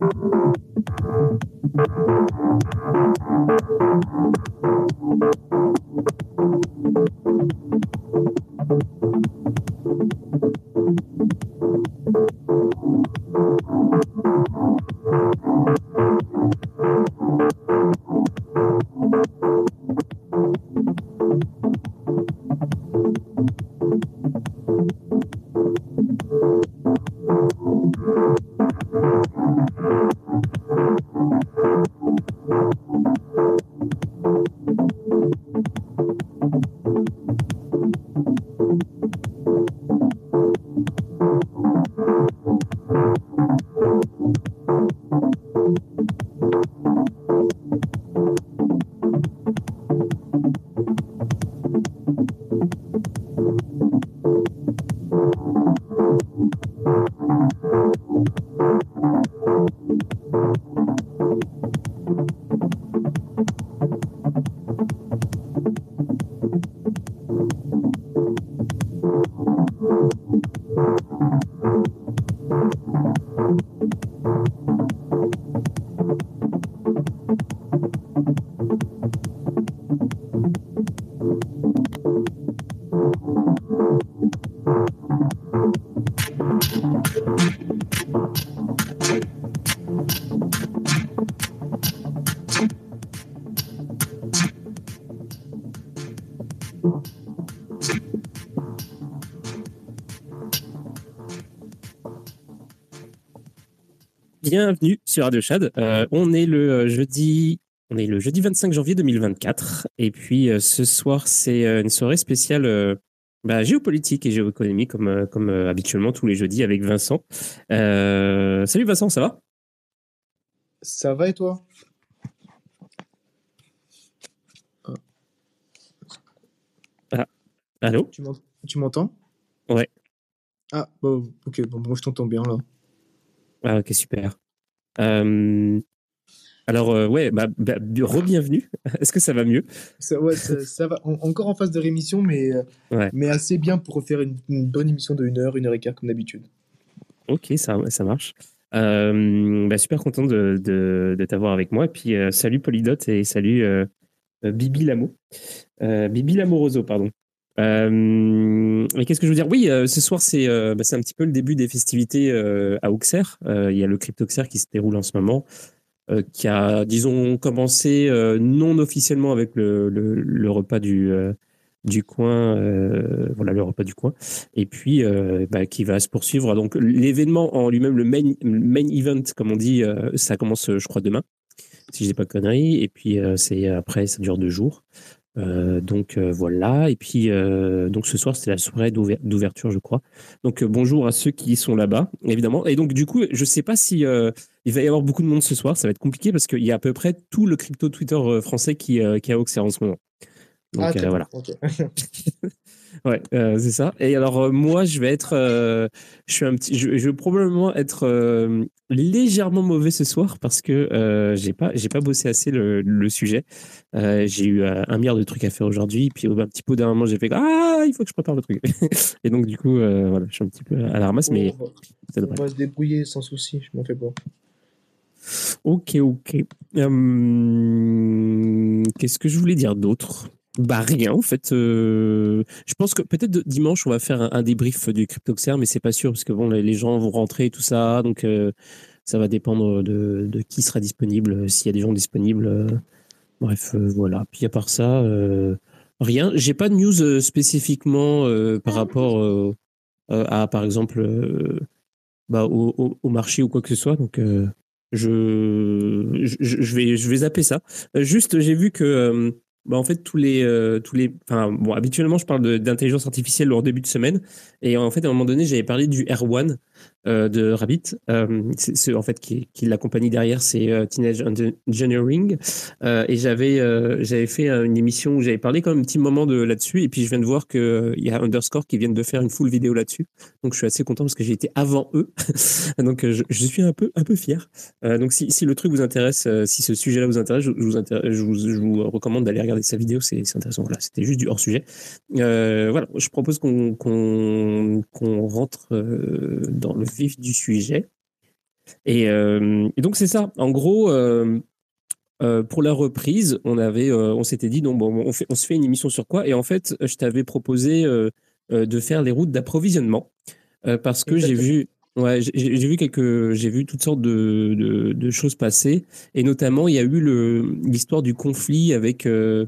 Bienvenue sur Radio Chad. On est le jeudi 25 janvier 2024. Et puis ce soir, c'est une soirée spéciale géopolitique et géoéconomie comme habituellement tous les jeudis avec Vincent. Salut Vincent, ça va? Ça va et toi? Ah, allô? Tu m'entends? Ouais. Ah, bon, ok, bon, moi je t'entends bien là. Ah, ok, super. Alors, re-bienvenue. Est-ce que ça va mieux? Ça va. Encore en phase de rémission, Ouais. mais assez bien pour refaire une bonne émission de 1 heure et quart comme d'habitude. Ok, ça marche. Super content de t'avoir avec moi. Et puis, salut Polydot et salut Bibi Lamo. Bibi Lamoroso, pardon. Mais qu'est-ce que je veux dire? Oui, ce soir, c'est un petit peu le début des festivités à Auxerre. Il y a le Cryptoxerre qui se déroule en ce moment, qui a, disons, commencé non officiellement avec le repas du coin, le repas du coin, et puis qui va se poursuivre. Donc, l'événement en lui-même, le main event, comme on dit, ça commence, je crois, demain, si je dis pas de conneries, et puis après, ça dure 2 jours. Voilà, et puis donc ce soir c'était la soirée d'ouverture, je crois. Donc bonjour à ceux qui sont là-bas, évidemment. Et donc du coup, je sais pas si il va y avoir beaucoup de monde ce soir, ça va être compliqué parce qu'il y a à peu près tout le crypto Twitter français qui est à Auxerre en ce moment. Donc très voilà. bien, ok. Ouais, c'est ça. Et alors moi, je vais être, je vais probablement être légèrement mauvais ce soir parce que j'ai pas bossé assez le sujet. J'ai eu 1 milliard de trucs à faire aujourd'hui, puis un petit peu d'un moment, j'ai fait il faut que je prépare le truc. Et donc du coup, voilà, je suis un petit peu à la ramasse, mais ça On devrait. va se débrouiller sans souci, je m'en fais pas. Ok. Qu'est-ce que je voulais dire d'autre? Bah rien en fait. Je pense que peut-être dimanche on va faire un débrief du Cryptoxer, mais c'est pas sûr parce que bon les gens vont rentrer et tout ça, donc ça va dépendre de qui sera disponible, s'il y a des gens disponibles. Bref, voilà. Puis à part ça, rien. J'ai pas de news spécifiquement par rapport à par exemple au marché ou quoi que ce soit. Donc, je vais zapper ça. Juste, j'ai vu que, en fait, enfin, bon, habituellement, je parle d'intelligence artificielle au début de semaine. Et en fait, à un moment donné, j'avais parlé du R1 de Rabbit. En fait, qui est la compagnie derrière, c'est Teenage Engineering. Et j'avais fait une émission où j'avais parlé quand même un petit moment là-dessus. Et puis, je viens de voir qu'il y a Underscore qui viennent de faire une full vidéo là-dessus. Donc, je suis assez content parce que j'ai été avant eux. Donc, je suis un peu fier. Donc, si le truc vous intéresse, si ce sujet-là vous intéresse, je vous recommande d'aller regarder sa vidéo. C'est intéressant. Voilà, c'était juste du hors-sujet. Voilà, je propose qu'on rentre dans le vif du sujet. Et donc c'est ça. En gros, pour la reprise, on s'était dit non, bon, on se fait une émission sur quoi? Et en fait, je t'avais proposé de faire les routes d'approvisionnement parce que j'ai Exactement. vu, ouais, j'ai vu toutes sortes de choses passer, et notamment il y a eu l'histoire du conflit avec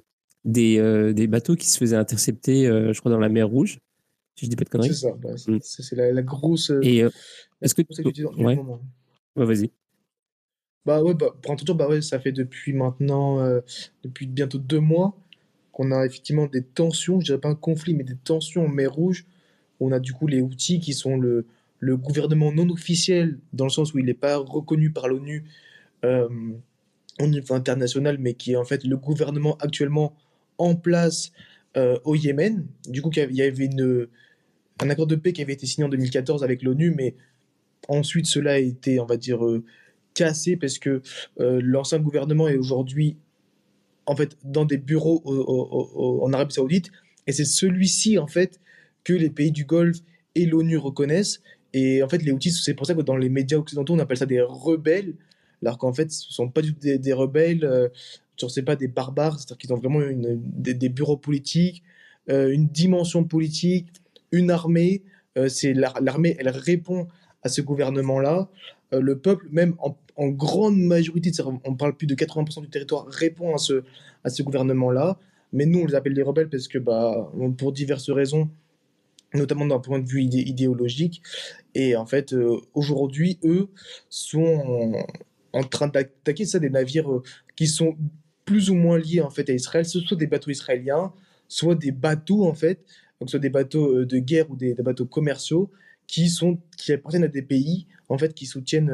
des bateaux qui se faisaient intercepter, je crois, dans la mer Rouge, si je dis pas de C'est conneries. ça. Bah, Mm. c'est la grosse, Et la est-ce que, grosse actualité du ouais, moment. ouais, vas-y. Bah ouais, bah, pour un tour, bah ouais, ça fait depuis maintenant, depuis bientôt 2 mois, qu'on a effectivement des tensions, je dirais pas un conflit, mais des tensions en mer Rouge. On a du coup les Houthis qui sont le gouvernement non officiel, dans le sens où il n'est pas reconnu par l'ONU euh, au niveau international, mais qui est en fait le gouvernement actuellement en place au Yémen. Du coup, il y avait un accord de paix qui avait été signé en 2014 avec l'ONU, mais ensuite cela a été, on va dire, cassé parce que l'ancien gouvernement est aujourd'hui en fait dans des bureaux en Arabie Saoudite, et c'est celui-ci en fait que les pays du Golfe et l'ONU reconnaissent. Et en fait, les Houthis, c'est pour ça que dans les médias occidentaux, on appelle ça des rebelles, alors qu'en fait, ce ne sont pas du tout des rebelles, genre, c'est pas des barbares, c'est-à-dire qu'ils ont vraiment des bureaux politiques, une dimension politique, une armée. C'est l'armée, elle répond à ce gouvernement-là. Le peuple, même en grande majorité, on parle plus de 80% du territoire, répond à ce gouvernement-là. Mais nous, on les appelle des rebelles parce que, bah, pour diverses raisons, notamment d'un point de vue idéologique. Et en fait, aujourd'hui, eux sont en train d'attaquer ça, des navires qui sont plus ou moins liés en fait à Israël, ce soit des bateaux israéliens, soit des bateaux en fait, donc soit des bateaux de guerre ou des bateaux commerciaux qui appartiennent à des pays en fait qui soutiennent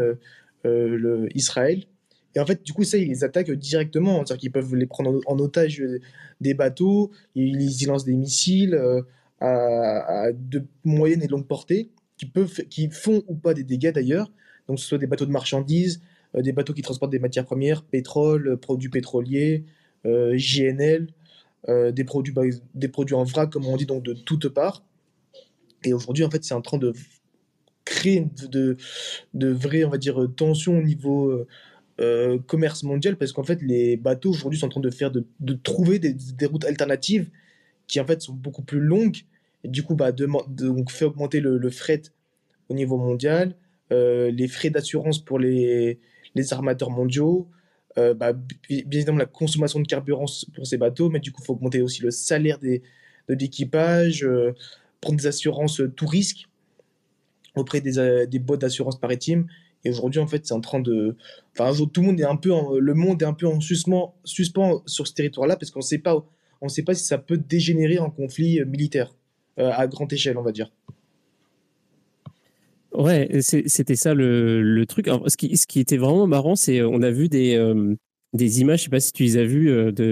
Israël. Et en fait, du coup, ça, ils les attaquent directement. C'est-à-dire qu'ils peuvent les prendre en otage des bateaux, ils y lancent des missiles à de moyenne et longue portée, qui font ou pas des dégâts d'ailleurs. Donc, ce soit des bateaux de marchandises, des bateaux qui transportent des matières premières, pétrole, produits pétroliers, JNL, des produits en vrac, comme on dit, donc de toutes parts. Et aujourd'hui, en fait, c'est en train de créer de vraies, on va dire, tensions au niveau commerce mondial, parce qu'en fait, les bateaux aujourd'hui sont en train de trouver des routes alternatives qui en fait sont beaucoup plus longues, et du coup bah, donc fait augmenter le fret au niveau mondial, les frais d'assurance pour les armateurs mondiaux, bah, bien évidemment la consommation de carburant pour ces bateaux, mais du coup il faut augmenter aussi le salaire de l'équipage, prendre des assurances tout risque auprès des boîtes d'assurance maritime. Et aujourd'hui, en fait, c'est en train de. Enfin, tout le monde est un peu. Le monde est un peu en suspens sur ce territoire-là parce on sait pas si ça peut dégénérer en conflit militaire à grande échelle, on va dire. Ouais, c'était ça le truc. Alors, ce qui était vraiment marrant, c'est on a vu des images, je sais pas si tu les as vues,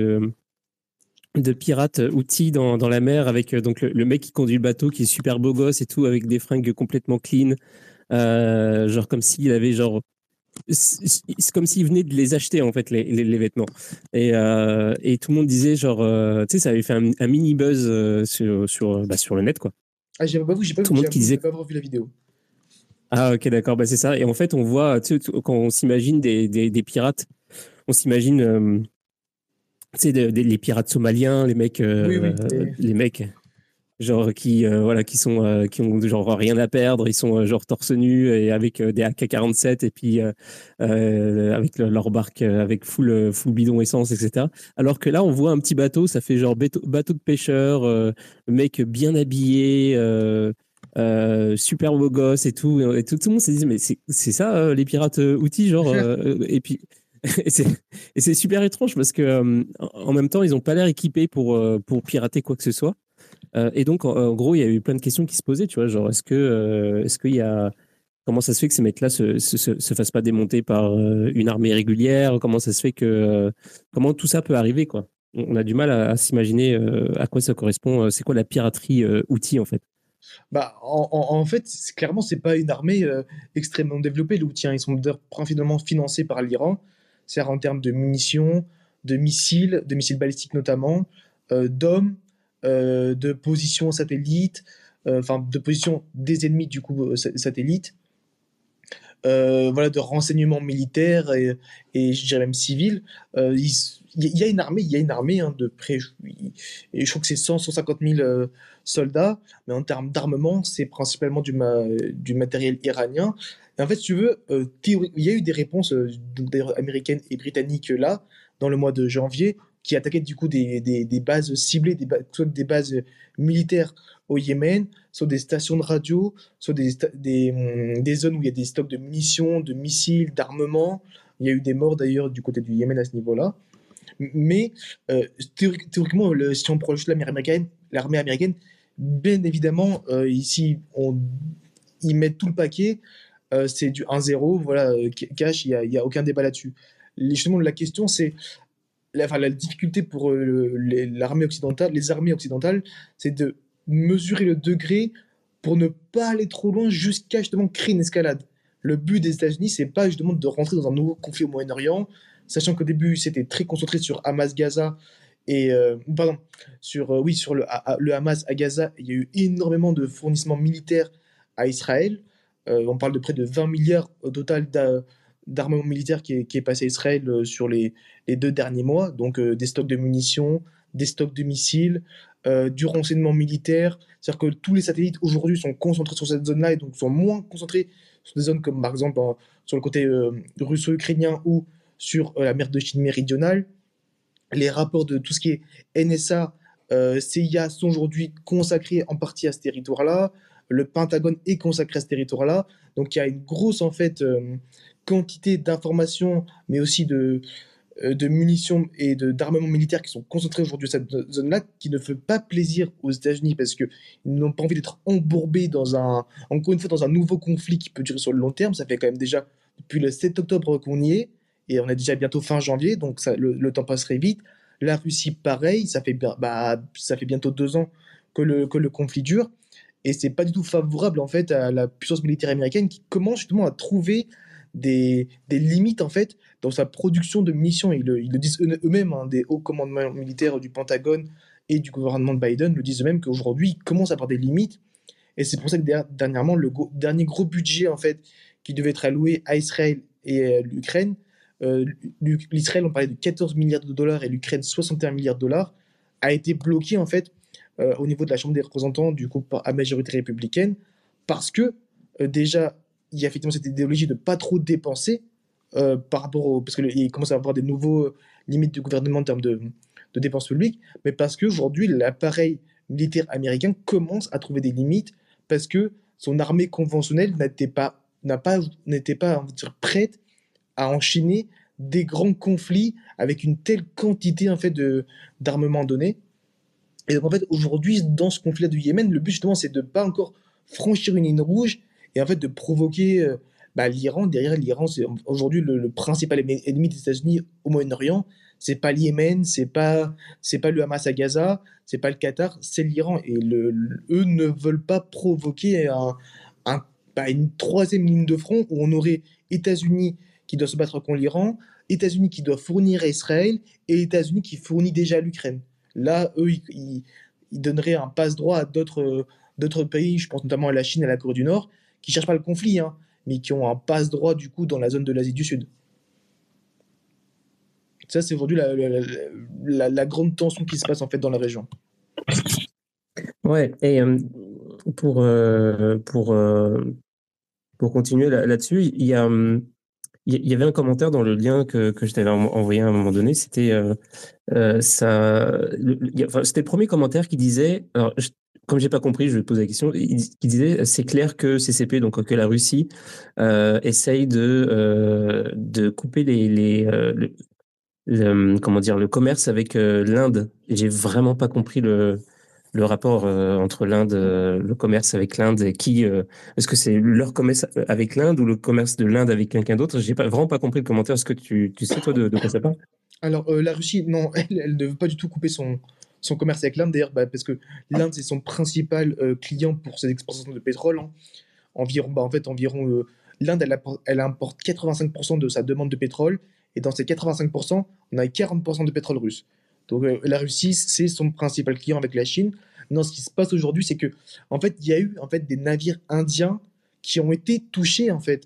de pirates outils dans la mer avec donc le mec qui conduit le bateau qui est super beau gosse et tout avec des fringues complètement clean, genre comme s'il avait genre c'est comme s'il venait de les acheter en fait les vêtements, et tout le monde disait genre tu sais, ça avait fait un mini buzz sur le net, quoi. Ah, Tout le monde qui j'avoue, j'ai disait pas encore vu la vidéo. ah, ok, d'accord, bah c'est ça. Et en fait on voit, tu sais, quand on s'imagine des pirates, on s'imagine tu sais, les pirates somaliens, Oui, oui, les mecs genre qui voilà, qui ont genre rien à perdre, ils sont genre torse nu et avec des AK-47, et puis avec leur barque avec full bidon essence, etc. Alors que là on voit un petit bateau, ça fait genre bateau de pêcheur, mec bien habillé, super beau gosse et tout, tout le monde s'est dit mais c'est ça les pirates outils, genre et puis et c'est super étrange parce que en même temps ils ont pas l'air équipés pour pirater quoi que ce soit. Et donc, en gros, il y a eu plein de questions qui se posaient, tu vois, genre, est-ce qu'il y a, comment ça se fait que ces mecs-là se fassent pas démonter par une armée régulière? Comment ça se fait que, comment tout ça peut arriver, quoi? On a du mal à s'imaginer à quoi ça correspond. C'est quoi la piraterie outil, en fait? bah, en fait, clairement, c'est pas une armée extrêmement développée, l'outil, hein. Ils sont d'ailleurs principalement financés par l'Iran, c'est-à-dire en termes de munitions, de missiles balistiques notamment, d'hommes, de positions satellites, enfin de positions des ennemis du coup satellites. voilà, de renseignement militaire et je dirais même civil. Il y a une armée, il y a une armée hein, de près, et je crois que c'est 150 000 soldats, mais en termes d'armement, c'est principalement du matériel iranien. Et en fait, si tu veux, il y a eu des réponses d'ailleurs américaines et britanniques là, dans le mois de janvier, qui attaquaient du coup des bases ciblées, soit des bases militaires au Yémen, soit des stations de radio, soit des zones où il y a des stocks de munitions, de missiles, d'armement. Il y a eu des morts d'ailleurs du côté du Yémen à ce niveau-là. Mais théoriquement, si on prend juste l'armée américaine, bien évidemment, ici, ils mettent tout le paquet. C'est du 1-0, voilà, cash, il y a aucun débat là-dessus. Justement, la question, c'est la difficulté pour l'armée occidentale, les armées occidentales, c'est de mesurer le degré pour ne pas aller trop loin jusqu'à justement créer une escalade. Le but des États-Unis, c'est pas justement de rentrer dans un nouveau conflit au Moyen-Orient, sachant qu'au début, c'était très concentré sur Hamas-Gaza et pardon, sur le Hamas à Gaza. Il y a eu énormément de fournissements militaires à Israël. On parle de près de 20 milliards au total d'armement militaire qui est passé à Israël sur les 2 derniers mois. Donc des stocks de munitions, des stocks de missiles, du renseignement militaire. C'est-à-dire que tous les satellites aujourd'hui sont concentrés sur cette zone-là et donc sont moins concentrés sur des zones comme par exemple sur le côté russo-ukrainien ou sur la mer de Chine méridionale. Les rapports de tout ce qui est NSA, CIA sont aujourd'hui consacrés en partie à ce territoire-là. Le Pentagone est consacré à ce territoire-là. Donc il y a une grosse en fait quantité d'informations, mais aussi de munitions et d'armements militaires qui sont concentrés aujourd'hui dans cette zone-là, qui ne fait pas plaisir aux États-Unis parce qu'ils n'ont pas envie d'être embourbés encore une fois, dans un nouveau conflit qui peut durer sur le long terme. Ça fait quand même déjà depuis le 7 octobre qu'on y est et on est déjà bientôt fin janvier, donc le temps passerait vite. La Russie, pareil, ça fait bientôt 2 ans que le conflit dure et c'est pas du tout favorable en fait à la puissance militaire américaine qui commence justement à trouver des limites en fait dans sa production de munitions. Ils le disent eux-mêmes, hein, des hauts commandements militaires du Pentagone et du gouvernement de Biden le disent eux-mêmes qu'aujourd'hui, ils commencent à avoir des limites. Et c'est pour ça que dernièrement, dernier gros budget en fait qui devait être alloué à Israël et à l'Ukraine, l'Israël, on parlait de 14 milliards de dollars et l'Ukraine 61 milliards de dollars, a été bloqué en fait au niveau de la Chambre des représentants du coup à majorité républicaine parce que déjà il y a effectivement cette idéologie de pas trop dépenser parce qu'il commence à avoir des nouveaux limites du gouvernement en termes de dépenses publiques, mais parce qu'aujourd'hui, l'appareil militaire américain commence à trouver des limites parce que son armée conventionnelle n'était pas on va dire, prête à enchaîner des grands conflits avec une telle quantité en fait d'armement donné. Et donc en fait aujourd'hui dans ce conflit du Yémen, le but justement c'est de pas encore franchir une ligne rouge et en fait de provoquer l'Iran. Derrière l'Iran, c'est aujourd'hui le principal ennemi des États-Unis au Moyen-Orient. C'est pas le Yémen, c'est pas le Hamas à Gaza, c'est pas le Qatar, c'est l'Iran. Et eux ne veulent pas provoquer un- une troisième ligne de front où on aurait États-Unis qui doit se battre contre l'Iran, États-Unis qui doit fournir à Israël et États-Unis qui fournit déjà à l'Ukraine. Là, eux, ils donneraient un passe-droit à d'autres pays, je pense notamment à la Chine et à la Corée du Nord, qui cherchent pas le conflit, hein, mais qui ont un passe-droit du coup dans la zone de l'Asie du Sud. Ça, c'est aujourd'hui la grande tension qui se passe en fait dans la région. Ouais, et pour, euh, pour, euh, pour continuer là-dessus, il y avait un commentaire dans le lien que je t'avais envoyé à un moment donné. C'était enfin, c'était le premier commentaire qui disait, alors, comme j'ai pas compris, je vais te poser la question, qui disait, c'est clair que CCP, donc que la Russie essaye de couper comment dire, le commerce avec l'Inde. Et j'ai vraiment pas compris le rapport entre l'Inde, le commerce avec l'Inde, et est-ce que c'est leur commerce avec l'Inde ou le commerce de l'Inde avec quelqu'un d'autre? J'ai vraiment pas compris le commentaire. Est-ce que tu sais, toi, de quoi ça parle? Alors, la Russie, non, elle ne veut pas du tout couper son commerce avec l'Inde, d'ailleurs, parce que l'Inde, c'est son principal client pour ses exportations de pétrole, hein. L'Inde, elle importe 85% de sa demande de pétrole, et dans ces 85%, on a 40% de pétrole russe. Donc la Russie, c'est son principal client avec la Chine. Non, ce qui se passe aujourd'hui, c'est que, en fait, il y a eu en fait des navires indiens qui ont été touchés en fait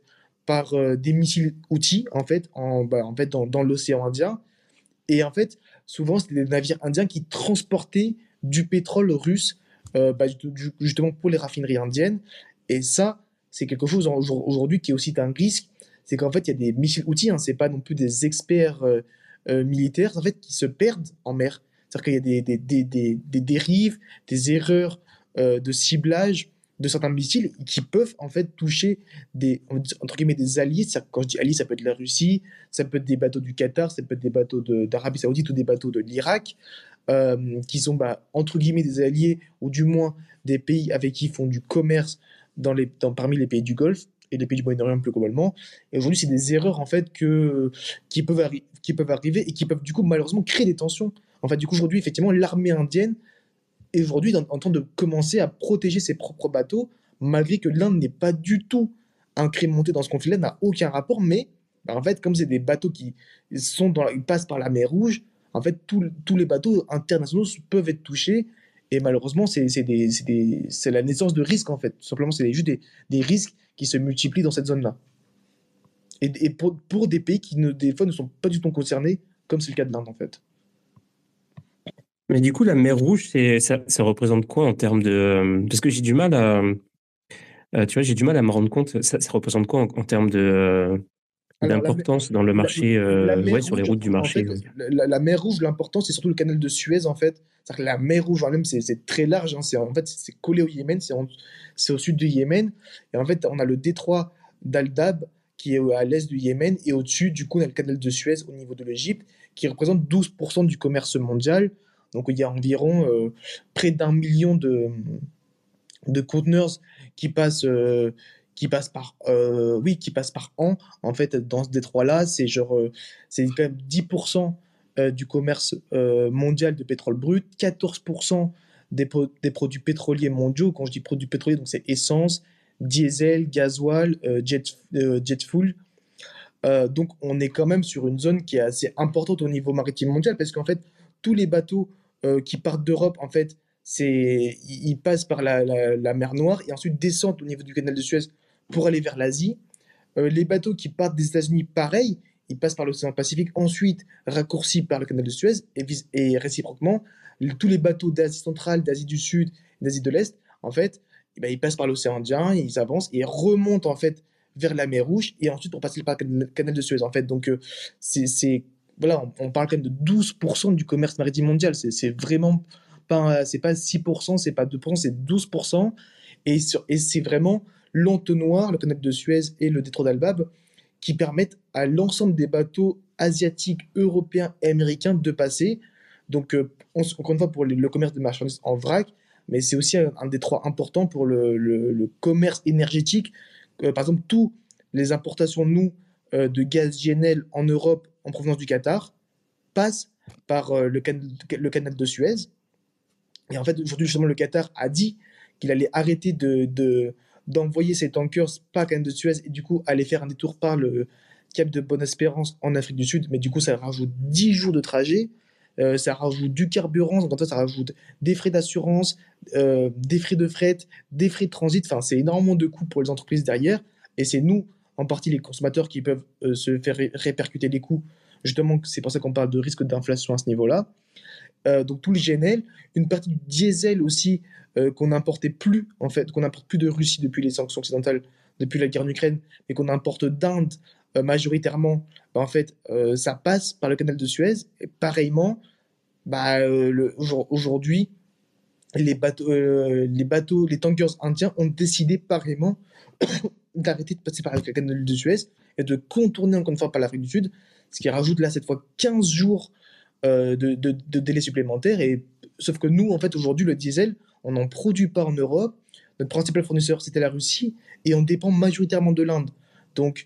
par des missiles outils en fait, dans l'océan Indien. Et en fait, souvent, c'était des navires indiens qui transportaient du pétrole russe justement pour les raffineries indiennes. Et ça, c'est quelque chose aujourd'hui qui est aussi un risque. C'est qu'en fait, il y a des missiles outils, hein, c'est pas non plus des experts militaires, en fait, qui se perdent en mer. C'est-à-dire qu'il y a des dérives, des erreurs de ciblage de certains missiles qui peuvent en fait toucher entre guillemets des alliés. Quand je dis alliés, ça peut être la Russie, ça peut être des bateaux du Qatar, ça peut être des bateaux d'Arabie Saoudite ou des bateaux de l'Irak, qui sont entre guillemets des alliés, ou du moins des pays avec qui ils font du commerce parmi les pays du Golfe et les pays du Moyen-Orient plus globalement. Et aujourd'hui, c'est des erreurs en fait qui peuvent arriver et qui peuvent du coup malheureusement créer des tensions. En fait, du coup, aujourd'hui, effectivement, l'armée indienne est aujourd'hui en train de commencer à protéger ses propres bateaux, malgré que l'Inde n'est pas du tout incrémentée dans ce conflit-là, n'a aucun rapport, mais en fait, comme c'est des bateaux qui ils passent par la mer Rouge, en fait, tous les bateaux internationaux peuvent être touchés, et malheureusement, c'est la naissance de risques, en fait. Tout simplement, c'est juste des risques qui se multiplient dans cette zone-là. Et pour des pays qui, des fois, ne sont pas du tout concernés, comme c'est le cas de l'Inde, en fait. Mais du coup, la mer Rouge, ça représente quoi en termes de... Parce que j'ai du mal à... tu vois, j'ai du mal à me rendre compte, ça représente quoi en termes Alors, d'importance dans le la, marché, la ouais, mer sur les Rouge, routes du en marché. fait, la mer Rouge, l'important, c'est surtout le canal de Suez, en fait. C'est-à-dire que la mer Rouge, en elle-même, c'est très large. Hein. En fait, c'est collé au Yémen, c'est au sud du Yémen. Et en fait, on a le détroit d'Al-Dab, qui est à l'est du Yémen. Et au-dessus, du coup, on a le canal de Suez au niveau de l'Égypte, qui représente 12% du commerce mondial. Donc, il y a environ près d'1 million de conteneurs qui passent, qui passent par an. En fait, dans ce détroit-là, c'est quand même 10% du commerce mondial de pétrole brut, 14% des produits pétroliers mondiaux. Quand je dis produits pétroliers, donc c'est essence, diesel, gasoil, jet fuel. Donc, on est quand même sur une zone qui est assez importante au niveau maritime mondial parce qu'en fait, tous les bateaux qui partent d'Europe, en fait, ils passent par la mer Noire et ensuite descendent au niveau du canal de Suez pour aller vers l'Asie. Les bateaux qui partent des États-Unis, pareil, ils passent par l'océan Pacifique, ensuite raccourcis par le canal de Suez et réciproquement, tous les bateaux d'Asie centrale, d'Asie du Sud, d'Asie de l'Est, en fait, eh ben, ils passent par l'océan Indien, ils avancent et remontent en fait vers la mer Rouge et ensuite pour passer par le canal de Suez en fait. Donc voilà, on parle quand même de 12% du commerce maritime mondial. C'est vraiment pas, c'est pas 6%, c'est pas 2%, c'est 12%. Et c'est vraiment l'entonnoir, le canal de Suez et le détroit d'Al-Bab qui permettent à l'ensemble des bateaux asiatiques, européens et américains de passer. Donc, encore une fois, pour le commerce de marchandises en vrac, mais c'est aussi un détroit important pour le commerce énergétique. Par exemple, toutes les importations, nous, de gaz GNL en Europe en provenance du Qatar passent par le canal de Suez. Et en fait, aujourd'hui, justement, le Qatar a dit qu'il allait arrêter d'envoyer ses tankers par le canal de Suez et du coup aller faire un détour par le Cap de Bonne-Espérance en Afrique du Sud. Mais du coup, ça rajoute 10 jours de trajet, ça rajoute du carburant, donc ça rajoute des frais d'assurance, des frais de fret, des frais de transit. Enfin, c'est énormément de coûts pour les entreprises derrière. Et c'est nous, en partie les consommateurs, qui peuvent se faire répercuter les coûts. Justement, c'est pour ça qu'on parle de risque d'inflation à ce niveau-là. Donc tout le GNL, une partie du diesel aussi qu'on n'importait plus en fait, qu'on n'importe plus de Russie depuis les sanctions occidentales, depuis la guerre en Ukraine, mais qu'on importe d'Inde majoritairement. En fait, ça passe par le canal de Suez. Et pareillement, aujourd'hui, les tankers indiens ont décidé pareillement d'arrêter de passer par le canal de Suez et de contourner encore une fois par l'Afrique du Sud, ce qui rajoute là cette fois 15 jours de délai supplémentaire. Sauf que nous, en fait, aujourd'hui, le diesel, on n'en produit pas en Europe. Notre principal fournisseur, c'était la Russie, et on dépend majoritairement de l'Inde. Donc,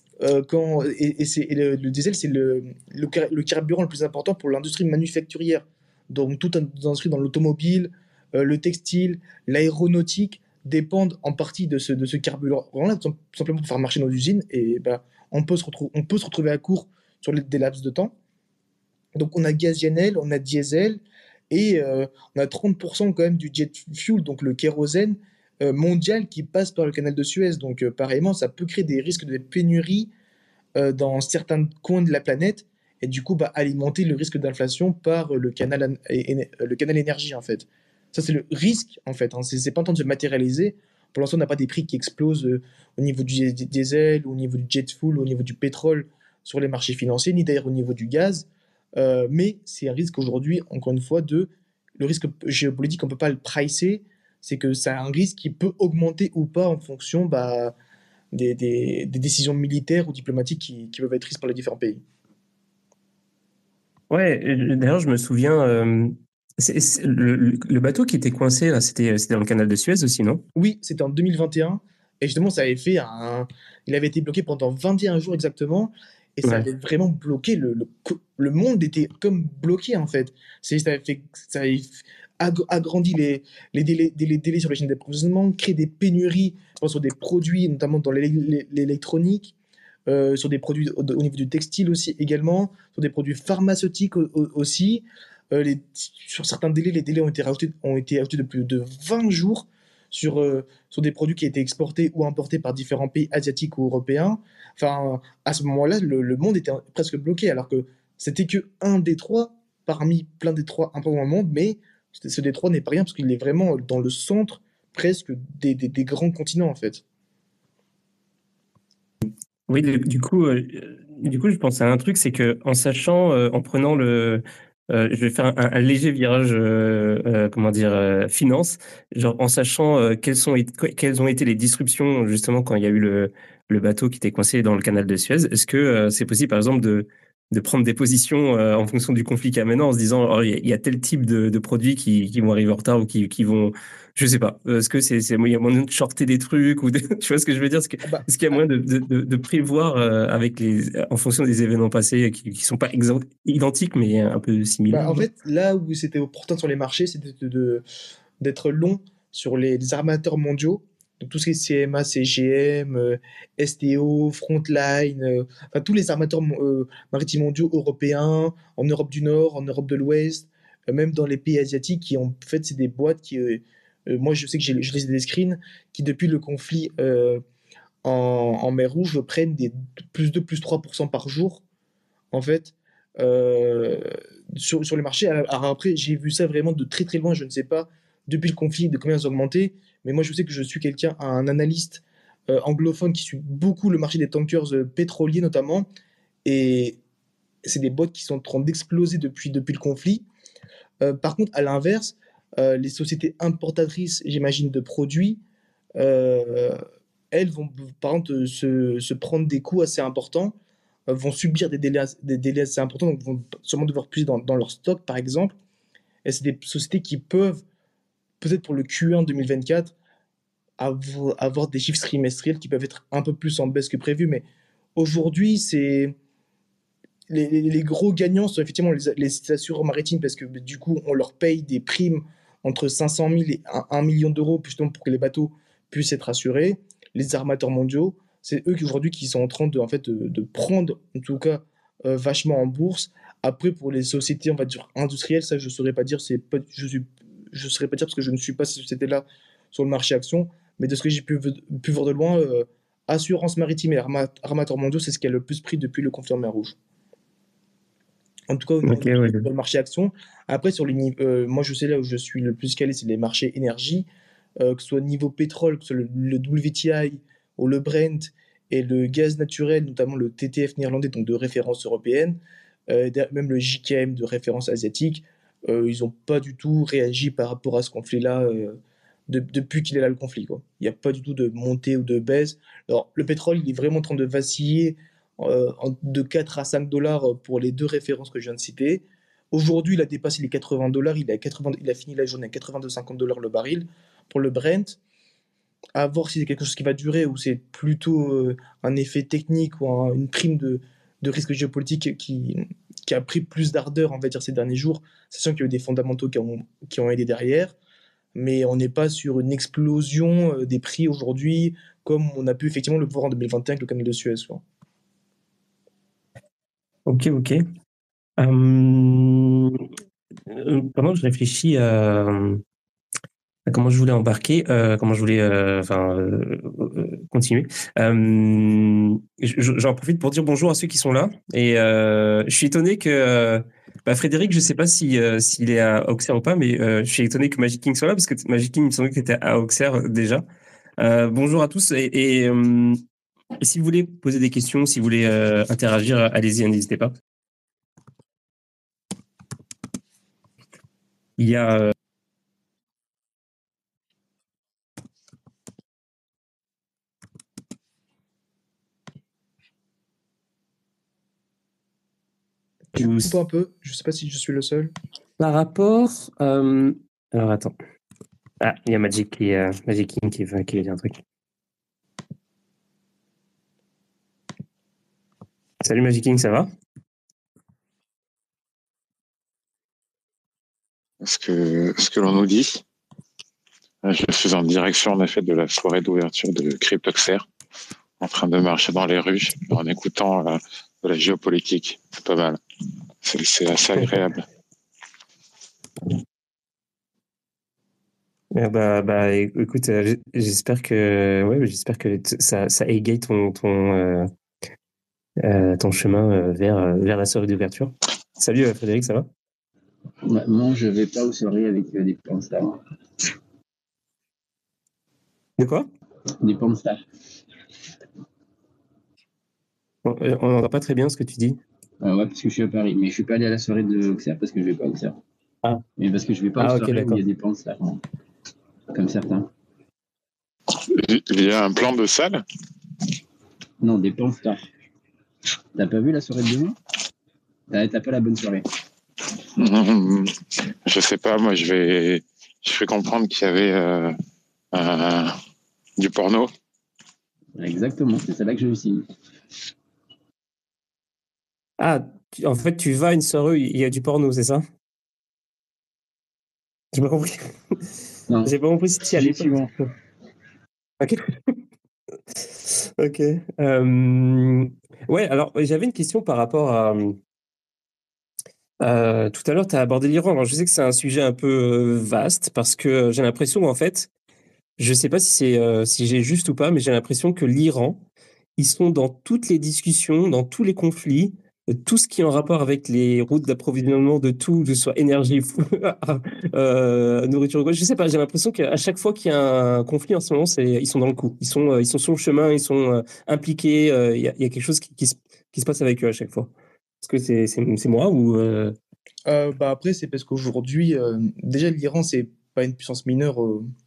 le diesel, c'est le carburant le plus important pour l'industrie manufacturière. Donc, toute industrie dans l'automobile, le textile, l'aéronautique dépendent en partie de ce carburant-là, tout simplement pour faire marcher nos usines. Et on peut se retrouver à court sur des laps de temps. Donc, on a gazianel, on a diesel, et on a 30% quand même du jet fuel, donc le kérosène, mondiale qui passe par le canal de Suez. Donc, pareillement, ça peut créer des risques de pénurie dans certains coins de la planète et du coup bah, alimenter le risque d'inflation par le canal énergie en fait. Ça c'est le risque en fait, hein. C'est pas en train de se matérialiser. Pour l'instant on n'a pas des prix qui explosent au niveau du diesel, au niveau du jet fuel, au niveau du pétrole sur les marchés financiers, ni d'ailleurs au niveau du gaz. Mais c'est un risque aujourd'hui, encore une fois, le risque géopolitique, on ne peut pas le pricer, c'est que c'est un risque qui peut augmenter ou pas en fonction bah, des décisions militaires ou diplomatiques qui peuvent être prises par les différents pays. Ouais, d'ailleurs, je me souviens, le bateau qui était coincé, là, c'était dans le canal de Suez aussi, non? Oui, c'était en 2021, et justement, ça avait fait un... Il avait été bloqué pendant 21 jours exactement, et ça Ouais. avait vraiment bloqué le monde était comme bloqué en fait. Ça avait agrandi les délais sur les chaînes d'approvisionnement, créé des pénuries je pense, sur des produits, notamment dans l'électronique, sur des produits au niveau du textile aussi également, sur des produits pharmaceutiques aussi. Sur certains délais, les délais ont été rajoutés de plus de 20 jours sur des produits qui étaient exportés ou importés par différents pays asiatiques ou européens. Enfin, à ce moment-là, le monde était presque bloqué, alors que c'était que un détroit parmi plein de détroits importants dans le monde, mais ce détroit n'est pas rien parce qu'il est vraiment dans le centre presque des grands continents en fait. Oui, du coup, je pense à un truc, c'est que en sachant, en prenant je vais faire un léger virage, comment dire, finance, genre en sachant quelles ont été les disruptions justement quand il y a eu le bateau qui était coincé dans le canal de Suez. Est-ce que c'est possible, par exemple, de prendre des positions en fonction du conflit qu'il y a maintenant, en se disant, oh, il y a tel type de produits qui vont arriver en retard ou qui vont, je sais pas, est-ce que il y a moyen de shorter des trucs ou tu vois ce que je veux dire? Ah bah, Est-ce qu'il y a moyen de prévoir en fonction des événements passés qui sont pas identiques, mais un peu Bah, similaires, en genre? fait, là où c'était opportun sur les marchés, c'était d'être long sur les armateurs mondiaux. Donc tout ce qui est CMA, CGM, STO, Frontline, enfin tous les armateurs maritimes mondiaux européens, en Europe du Nord, en Europe de l'Ouest, même dans les pays asiatiques, qui en fait, c'est des boîtes moi je sais que je lisais des screens, qui depuis le conflit en mer Rouge prennent des plus 2 plus 3% par jour en fait, euh, sur le marché. Alors après, j'ai vu ça vraiment de très très loin, je ne sais pas depuis le conflit de combien ça a augmenté, mais moi je sais que je suis un analyste anglophone qui suit beaucoup le marché des tankers pétroliers notamment, et c'est des boîtes qui sont en train d'exploser depuis le conflit. Par contre, à l'inverse, les sociétés importatrices, j'imagine, de produits, euh, elles vont par exemple se prendre des coûts assez importants, vont subir des délais assez importants, donc vont sûrement devoir puiser dans leur stock, par exemple. Et c'est des sociétés qui peuvent, peut-être pour le Q1 2024, avoir des chiffres trimestriels qui peuvent être un peu plus en baisse que prévu. Mais aujourd'hui, les gros gagnants sont effectivement les assureurs maritimes parce que du coup, on leur paye des primes entre 500 000 et 1 million d'euros justement pour que les bateaux puissent être assurés. Les armateurs mondiaux, c'est eux qui aujourd'hui qui sont en train en fait, de prendre, en tout cas, vachement en bourse. Après, pour les sociétés, on va dire industrielles, ça, je ne saurais pas dire. Je saurais pas dire parce que je ne suis pas ces sociétés-là sur le marché action. Mais de ce que j'ai pu voir de loin, assurance maritime et armateurs mondiaux, c'est ce qui a le plus pris depuis le conflit en mer Rouge. En tout cas, Ok, ouais. dans le marché action. Après, moi, je sais là où je suis le plus calé, c'est les marchés énergie, que ce soit niveau pétrole, que ce soit le WTI ou le Brent, et le gaz naturel, notamment le TTF néerlandais, donc de référence européenne, même le JKM de référence asiatique. Ils n'ont pas du tout réagi par rapport à ce conflit-là depuis qu'il est là le conflit, quoi. Il n'y a pas du tout de montée ou de baisse. Alors, le pétrole, il est vraiment en train de vaciller de 4 à 5 dollars pour les deux références que je viens de citer. Aujourd'hui, il a dépassé les 80 dollars. Il a fini la journée à 82,50 dollars le baril. Pour le Brent, à voir si c'est quelque chose qui va durer ou c'est plutôt un effet technique ou une prime de risque géopolitique qui a pris plus d'ardeur, on va dire, ces derniers jours, sachant qu'il y a eu des fondamentaux qui ont aidé derrière. Mais on n'est pas sur une explosion des prix aujourd'hui, comme on a pu effectivement le voir en 2021 avec le canal de Suez, quoi. Ok, ok. Pendant que je réfléchis comment je voulais embarquer, comment je voulais continuer. J'en profite pour dire bonjour à ceux qui sont là. Et je suis étonné que Frédéric, je sais pas si s'il est à Auxerre ou pas, mais je suis étonné que Magic King soit là parce que Magic King, il me semblait que tu étais à Auxerre déjà. Bonjour à tous et si vous voulez poser des questions, si vous voulez interagir, allez-y, hein, n'hésitez pas. Il y a Tu coupes un peu, je sais pas si je suis le seul. par rapport. Alors attends. Ah, il y a Magic King qui veut dire un truc. Salut Magic King, ça va? Ce que l'on nous dit. Je suis en direction en effet de la soirée d'ouverture de Cryptoxer, en train de marcher dans les rues en écoutant de la géopolitique. C'est pas mal. C'est assez agréable. Écoute, j'espère que ça égaye ton chemin vers la soirée d'ouverture. Salut Frédéric, ça va? Non, je vais pas aux soirées avec des pornstars. De quoi? Des pornstars. On n'entend pas très bien ce que tu dis. Ouais, parce que je suis à Paris. Mais je suis pas allé à la soirée de Auxerre parce que je vais pas à Auxerre. Ah. Mais parce que je vais pas aux Ah, ok, soirées où il d'accord. y a des pornstars. Comme certains. Il y a un plan de salle? Non, des pornstars. T'as pas vu la soirée de demain? T'as pas la bonne soirée. Je sais pas, moi je vais comprendre qu'il y avait du porno. Exactement, c'est celle-là que je signe. Ah, en fait, tu vas à une soirée où il y a du porno, c'est ça? J'ai pas compris. Non. J'ai pas compris si tu y allais pas. Suivant. Ok. Ok. Ouais, alors j'avais une question par rapport à. Tout à l'heure, tu as abordé l'Iran. Alors, je sais que c'est un sujet un peu vaste parce que j'ai l'impression, en fait, je sais pas si j'ai juste ou pas, mais j'ai l'impression que l'Iran, ils sont dans toutes les discussions, dans tous les conflits, tout ce qui est en rapport avec les routes d'approvisionnement de tout, que ce soit énergie, nourriture, quoi. Je sais pas, j'ai l'impression qu'à chaque fois qu'il y a un conflit en ce moment, ils sont dans le coup. Ils sont sur le chemin, ils sont impliqués. Il y a quelque chose qui se passe avec eux à chaque fois. Est-ce que c'est moi ou Après, c'est parce qu'aujourd'hui, déjà, l'Iran, c'est pas une puissance mineure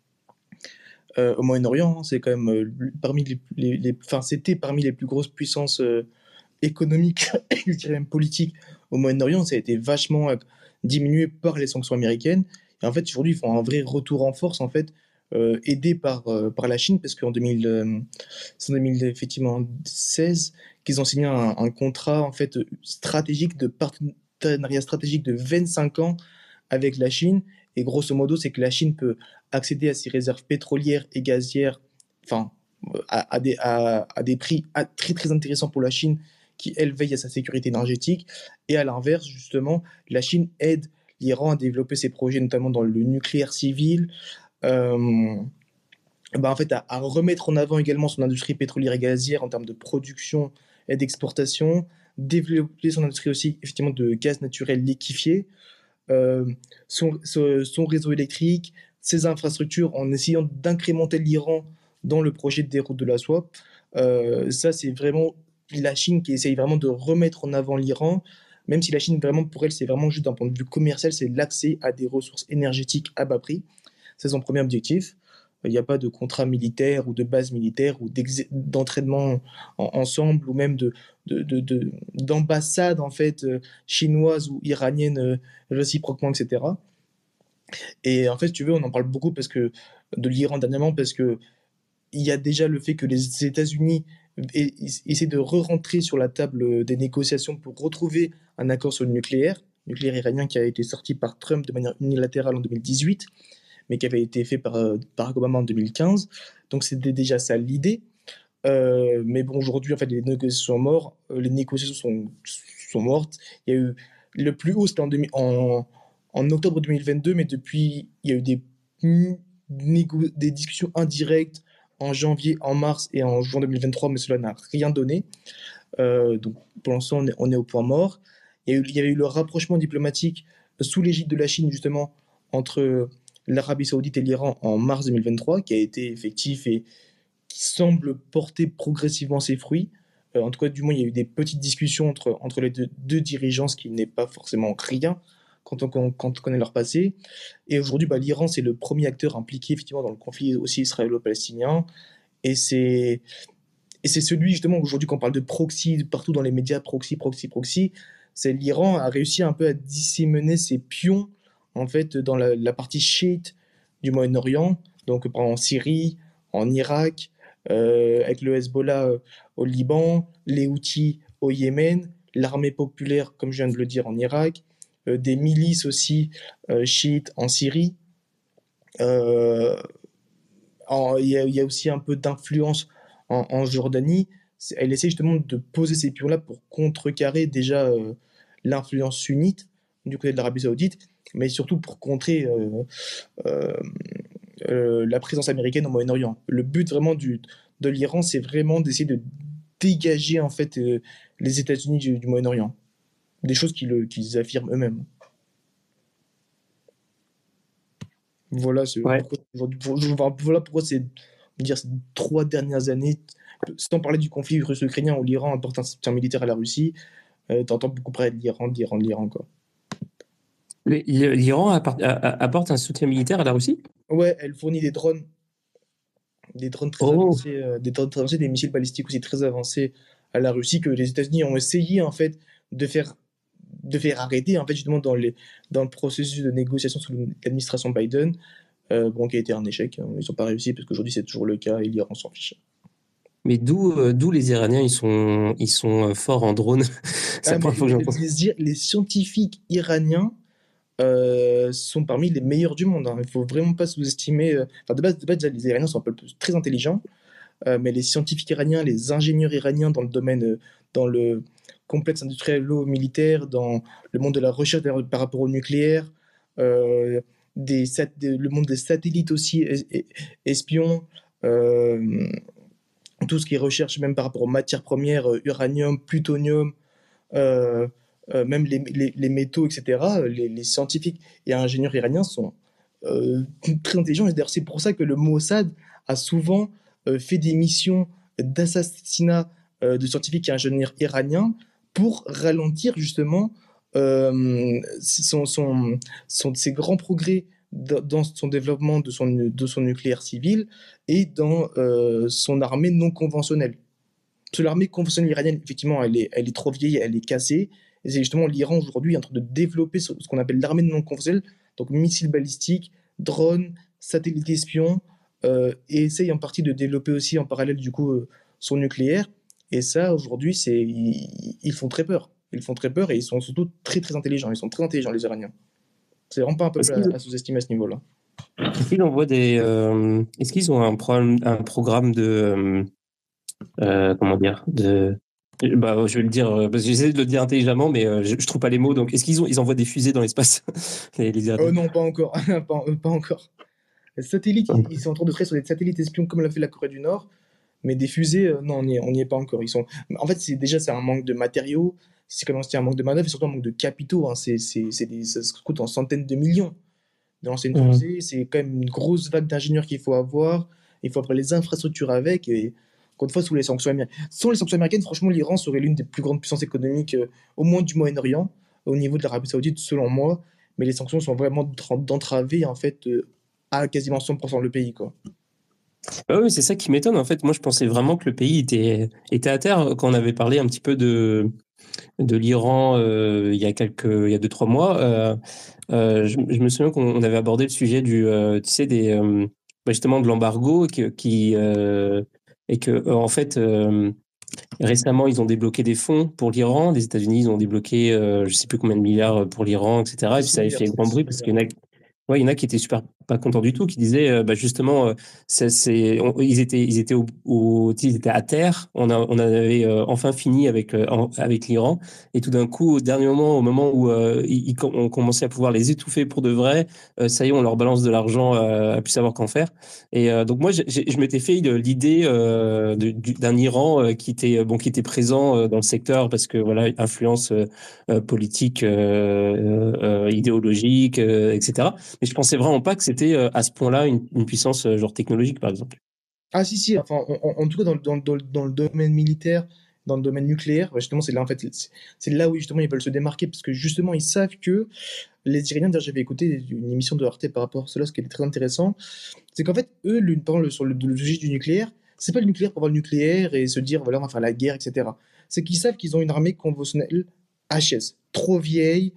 au Moyen-Orient, hein. C'est quand même parmi enfin, c'était parmi les plus grosses puissances économiques et je dirais même politiques au Moyen-Orient. Ça a été vachement diminué par les sanctions américaines. Et en fait, aujourd'hui, ils font un vrai retour en force, en fait, aidés par la Chine, parce qu'en 2000, c'est en 2000, effectivement, 16 qu'ils ont signé un contrat en fait stratégique de partenariat stratégique de 25 ans avec la Chine. Et grosso modo, c'est que la Chine peut accéder à ses réserves pétrolières et gazières, enfin, à des prix très très intéressants pour la Chine, qui elle veille à sa sécurité énergétique. Et à l'inverse, justement, la Chine aide l'Iran à développer ses projets, notamment dans le nucléaire civil. Euh, en fait, à remettre en avant également son industrie pétrolière et gazière en termes de production et d'exportation, développer son industrie aussi effectivement de gaz naturel liquéfié, euh, son réseau électrique, ses infrastructures, en essayant d'incrémenter l'Iran dans le projet des routes de la soie. Ça, c'est vraiment la Chine qui essaye vraiment de remettre en avant l'Iran, même si la Chine, vraiment, pour elle, c'est vraiment juste d'un point de vue commercial, c'est l'accès à des ressources énergétiques à bas prix. C'est son premier objectif. Il n'y a pas de contrat militaire ou de base militaire ou d'entraînement ensemble ou même d'ambassade en fait chinoise ou iranienne réciproquement, etc. Et en fait, si tu veux, on en parle beaucoup parce que de l'Iran dernièrement parce que il y a déjà le fait que les États-Unis essaient de re-rentrer sur la table des négociations pour retrouver un accord sur le nucléaire iranien qui a été sorti par Trump de manière unilatérale en 2018 mais qui avait été fait par Barack Obama en 2015. Donc c'était déjà ça l'idée. Mais bon, aujourd'hui, en fait, les négociations sont mortes. Les négociations sont mortes. Il y a eu le plus haut, c'était en octobre 2022, mais depuis, il y a eu des discussions indirectes en janvier, en mars et en juin 2023, mais cela n'a rien donné. Donc pour l'instant, on est au point mort. Il y avait eu le rapprochement diplomatique sous l'égide de la Chine, justement, entre l'Arabie Saoudite et l'Iran en mars 2023, qui a été effectif et qui semble porter progressivement ses fruits. En tout cas, du moins, il y a eu des petites discussions entre les deux dirigeants, ce qui n'est pas forcément rien quand on connaît leur passé. Et aujourd'hui, l'Iran, c'est le premier acteur impliqué effectivement dans le conflit aussi israélo-palestinien. Et c'est celui, justement, aujourd'hui, quand on parle de proxy, partout dans les médias, proxy, c'est l'Iran a réussi un peu à disséminer ses pions, en fait, dans la partie chiite du Moyen-Orient, donc en Syrie, en Irak, avec le Hezbollah au Liban, les Houthis au Yémen, l'armée populaire, comme je viens de le dire, en Irak, des milices aussi chiites en Syrie. Il y a aussi un peu d'influence en Jordanie. Elle essaie justement de poser ces pions-là pour contrecarrer déjà l'influence sunnite du côté de l'Arabie Saoudite, mais surtout pour contrer la présence américaine au Moyen-Orient. Le but vraiment de l'Iran, c'est vraiment d'essayer de dégager en fait les États-Unis du Moyen-Orient. Des choses qu'ils affirment eux-mêmes. Voilà, Ouais. voilà pourquoi ces 3 dernières années, sans parler du conflit russo-ukrainien où l'Iran apporte un soutien militaire à la Russie, t'entends beaucoup parler de l'Iran, quoi. L'Iran apporte un soutien militaire à la Russie? Ouais, elle fournit des drones très Oh, avancés, des missiles balistiques aussi très avancés à la Russie que les États-Unis ont essayé en fait de faire arrêter en fait justement dans le processus de négociation sous l'administration Biden, qui a été un échec. Ils n'ont pas réussi parce qu'aujourd'hui c'est toujours le cas et l'Iran s'en fiche. mais d'où les Iraniens, ils sont forts en drone. C'est la Mais première fois que j'entends. les scientifiques iraniens sont parmi les meilleurs du monde, hein. Il ne faut vraiment pas sous-estimer. Enfin, de base, déjà, les Iraniens sont un peu très intelligents, mais les scientifiques iraniens, les ingénieurs iraniens dans le domaine, dans le complexe industriel militaire, dans le monde de la recherche par rapport au nucléaire, euh, le monde des satellites aussi, espions, euh, tout ce qui est recherche même par rapport aux matières premières, uranium, plutonium, euh, même les métaux, etc. Les scientifiques et ingénieurs iraniens sont très intelligents. Et d'ailleurs, c'est pour ça que le Mossad a souvent fait des missions d'assassinat de scientifiques et ingénieurs iraniens pour ralentir justement ses grands progrès dans son développement de son nucléaire civil et dans son armée non conventionnelle. Parce que l'armée conventionnelle iranienne, effectivement, elle est trop vieille, elle est cassée. Et c'est justement l'Iran aujourd'hui en train de développer ce qu'on appelle l'armée non conventionnelle, donc missiles balistiques, drones, satellites espions, et essaye en partie de développer aussi en parallèle du coup son nucléaire. Et ça, aujourd'hui, ils font très peur. Ils font très peur et ils sont surtout très très intelligents. Ils sont très intelligents, les Iraniens. C'est vraiment pas un Est-ce peuple qu'ils à sous-estimer à ce niveau-là. est-ce qu'ils ont un programme de comment dire je vais le dire parce que j'essaie de le dire intelligemment, mais je trouve pas les mots. Donc, est-ce ils envoient des fusées dans l'espace, les Iraniens? Non, pas encore. Pas encore. Les satellites, ils sont en train de travailler sur des satellites espions comme l'a fait la Corée du Nord. Mais des fusées, non, on n'y est pas encore. En fait, c'est un manque de matériaux, c'est comme un manque de main-d'œuvre et surtout un manque de capitaux, hein. Ça se coûte en centaines de millions de lancer une Mhm. fusée. C'est quand même une grosse vague d'ingénieurs qu'il faut avoir. Il faut avoir les infrastructures avec. Et encore une fois, sous les sanctions américaines. Sans les sanctions américaines, franchement, l'Iran serait l'une des plus grandes puissances économiques, au moins du Moyen-Orient, au niveau de l'Arabie Saoudite, selon moi. Mais les sanctions sont vraiment d'entraver, en fait, à quasiment 100% le pays, quoi. Oui, c'est ça qui m'étonne. En fait, moi, je pensais vraiment que le pays était à terre quand on avait parlé un petit peu de l'Iran il y a 2-3 mois. Je me souviens qu'on avait abordé le sujet tu sais, justement de l'embargo et que en fait, récemment, ils ont débloqué des fonds pour l'Iran. Les États-Unis, ils ont débloqué, je sais plus combien de milliards pour l'Iran, etc. Et puis 6 ça avait fait milliards, grand bruit parce qu'il y en a qui étaient super pas contents du tout, qui disaient justement, ils étaient à terre, on avait enfin fini avec l'Iran, et tout d'un coup, au dernier moment, au moment où on commençait à pouvoir les étouffer pour de vrai, ça y est, on leur balance de l'argent à plus savoir qu'en faire. Et donc moi, je m'étais fait l'idée d'un Iran qui était présent dans le secteur parce que voilà, influence politique, idéologique, etc. Mais je pensais vraiment pas que c'était à ce point-là une puissance genre technologique, par exemple. Ah si, si, enfin, en tout cas dans le domaine militaire, dans le domaine nucléaire, bah, justement, c'est là, en fait, c'est là où justement ils veulent se démarquer, parce que justement, ils savent que les Iraniens, d'ailleurs, j'avais écouté une émission de Arte par rapport à cela, ce qui était très intéressant, c'est qu'en fait, eux, sur le sujet du nucléaire, c'est pas le nucléaire pour avoir le nucléaire et se dire, voilà, on va faire la guerre, etc. C'est qu'ils savent qu'ils ont une armée conventionnelle HS, trop vieille,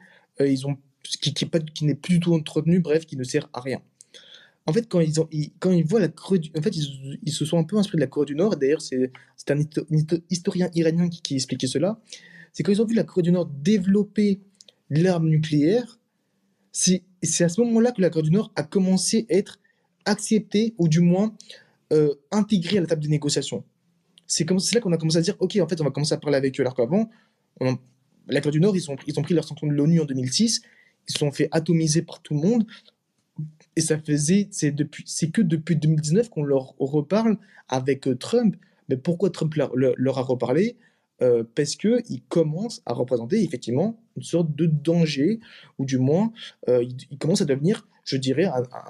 qui n'est plus du tout entretenue, bref, qui ne sert à rien. En fait, quand ils voient la Corée du... En fait, ils se sont un peu inspirés de la Corée du Nord. D'ailleurs, c'est un historien iranien qui expliquait cela. C'est quand ils ont vu la Corée du Nord développer l'arme nucléaire, c'est à ce moment-là que la Corée du Nord a commencé à être acceptée, ou du moins intégrée à la table des négociations. C'est là qu'on a commencé à dire, ok, en fait, on va commencer à parler avec eux. Alors qu'avant, la Corée du Nord, ils ont pris leur sanction de l'ONU en 2006, ils se sont fait atomiser par tout le monde. Et c'est que depuis 2019 qu'on leur reparle avec Trump. Mais pourquoi Trump leur a reparlé? Parce qu'il commence à représenter effectivement une sorte de danger, ou du moins, il commence à devenir, je dirais,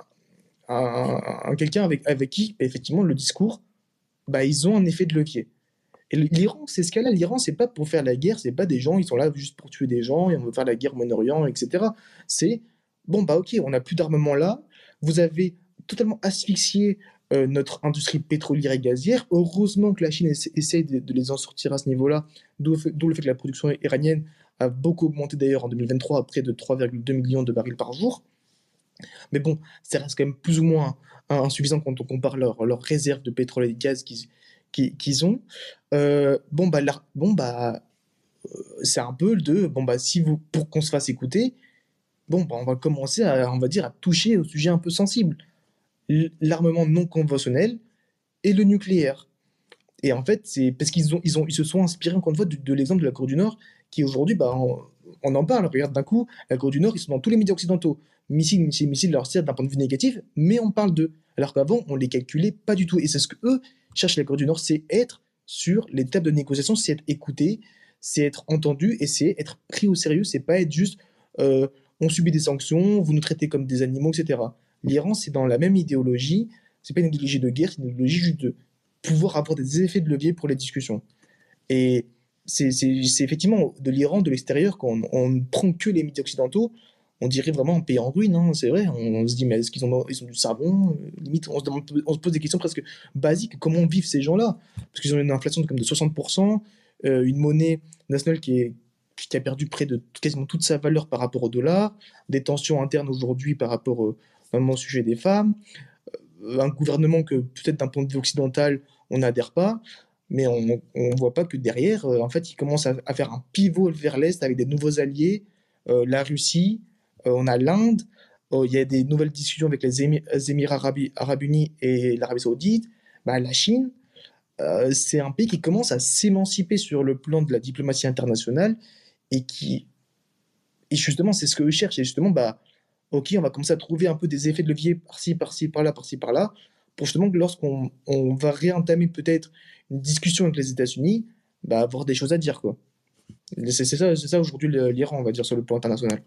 quelqu'un avec qui, effectivement, le discours, bah, ils ont un effet de levier. Et l'Iran, c'est ce cas-là. L'Iran, c'est pas pour faire la guerre, c'est pas des gens, ils sont là juste pour tuer des gens et on veut faire la guerre au Moyen-Orient, etc. C'est bon, bah ok, on n'a plus d'armement là, vous avez totalement asphyxié notre industrie pétrolière et gazière. Heureusement que la Chine essaye de les en sortir à ce niveau-là, d'où le fait que la production iranienne a beaucoup augmenté d'ailleurs en 2023 à près de 3,2 millions de barils par jour. Mais bon, ça reste quand même plus ou moins insuffisant quand on compare leurs réserves de pétrole et de gaz qu'ils ont. C'est un peu bon bah si vous pour qu'on se fasse écouter, bon bah on va commencer on va dire à toucher au sujet un peu sensible, l'armement non conventionnel et le nucléaire. Et en fait, c'est parce ils se sont inspirés encore une fois de l'exemple de la Corée du Nord, qui aujourd'hui, bah, on en parle. Regarde, d'un coup, la Corée du Nord, ils sont dans tous les médias occidentaux. Missiles, missiles, missiles, leur sert d'un point de vue négatif, mais on parle d'eux. Alors qu'avant, on les calculait pas du tout. Et c'est ce que eux cherchent, la Corée du Nord, c'est être sur les tables de négociation, c'est être écouté, c'est être entendu et c'est être pris au sérieux. C'est pas être juste, on subit des sanctions, vous nous traitez comme des animaux, etc. L'Iran, c'est dans la même idéologie. C'est pas une idéologie de guerre, c'est une idéologie juste de pouvoir avoir des effets de levier pour les discussions. Et c'est effectivement de l'Iran, de l'extérieur, quand on ne prend que les médias occidentaux, on dirait vraiment un pays en ruine, hein, c'est vrai. On se dit, mais est-ce qu'ils ont du savon? Limite, on se pose des questions presque basiques. Comment vivent ces gens-là? Parce qu'ils ont une inflation de 60%, une monnaie nationale qui a perdu près de quasiment toute sa valeur par rapport au dollar, des tensions internes aujourd'hui par rapport notamment au sujet des femmes, un gouvernement que peut-être d'un point de vue occidental, on n'adhère pas, mais on ne voit pas que derrière, en fait, il commence à faire un pivot vers l'Est avec des nouveaux alliés, la Russie, on a l'Inde, il y a des nouvelles discussions avec les Émirats arabes unis et l'Arabie saoudite, bah, la Chine, c'est un pays qui commence à s'émanciper sur le plan de la diplomatie internationale et et justement, c'est ce qu'eux cherchent. Et justement, bah, ok, on va commencer à trouver un peu des effets de levier par-ci, par-ci, par-là, par-ci, par-là, pour justement que lorsqu'on va réentamer peut-être une discussion avec les États-Unis, bah, avoir des choses à dire, quoi. C'est ça aujourd'hui l'Iran, on va dire, sur le plan international.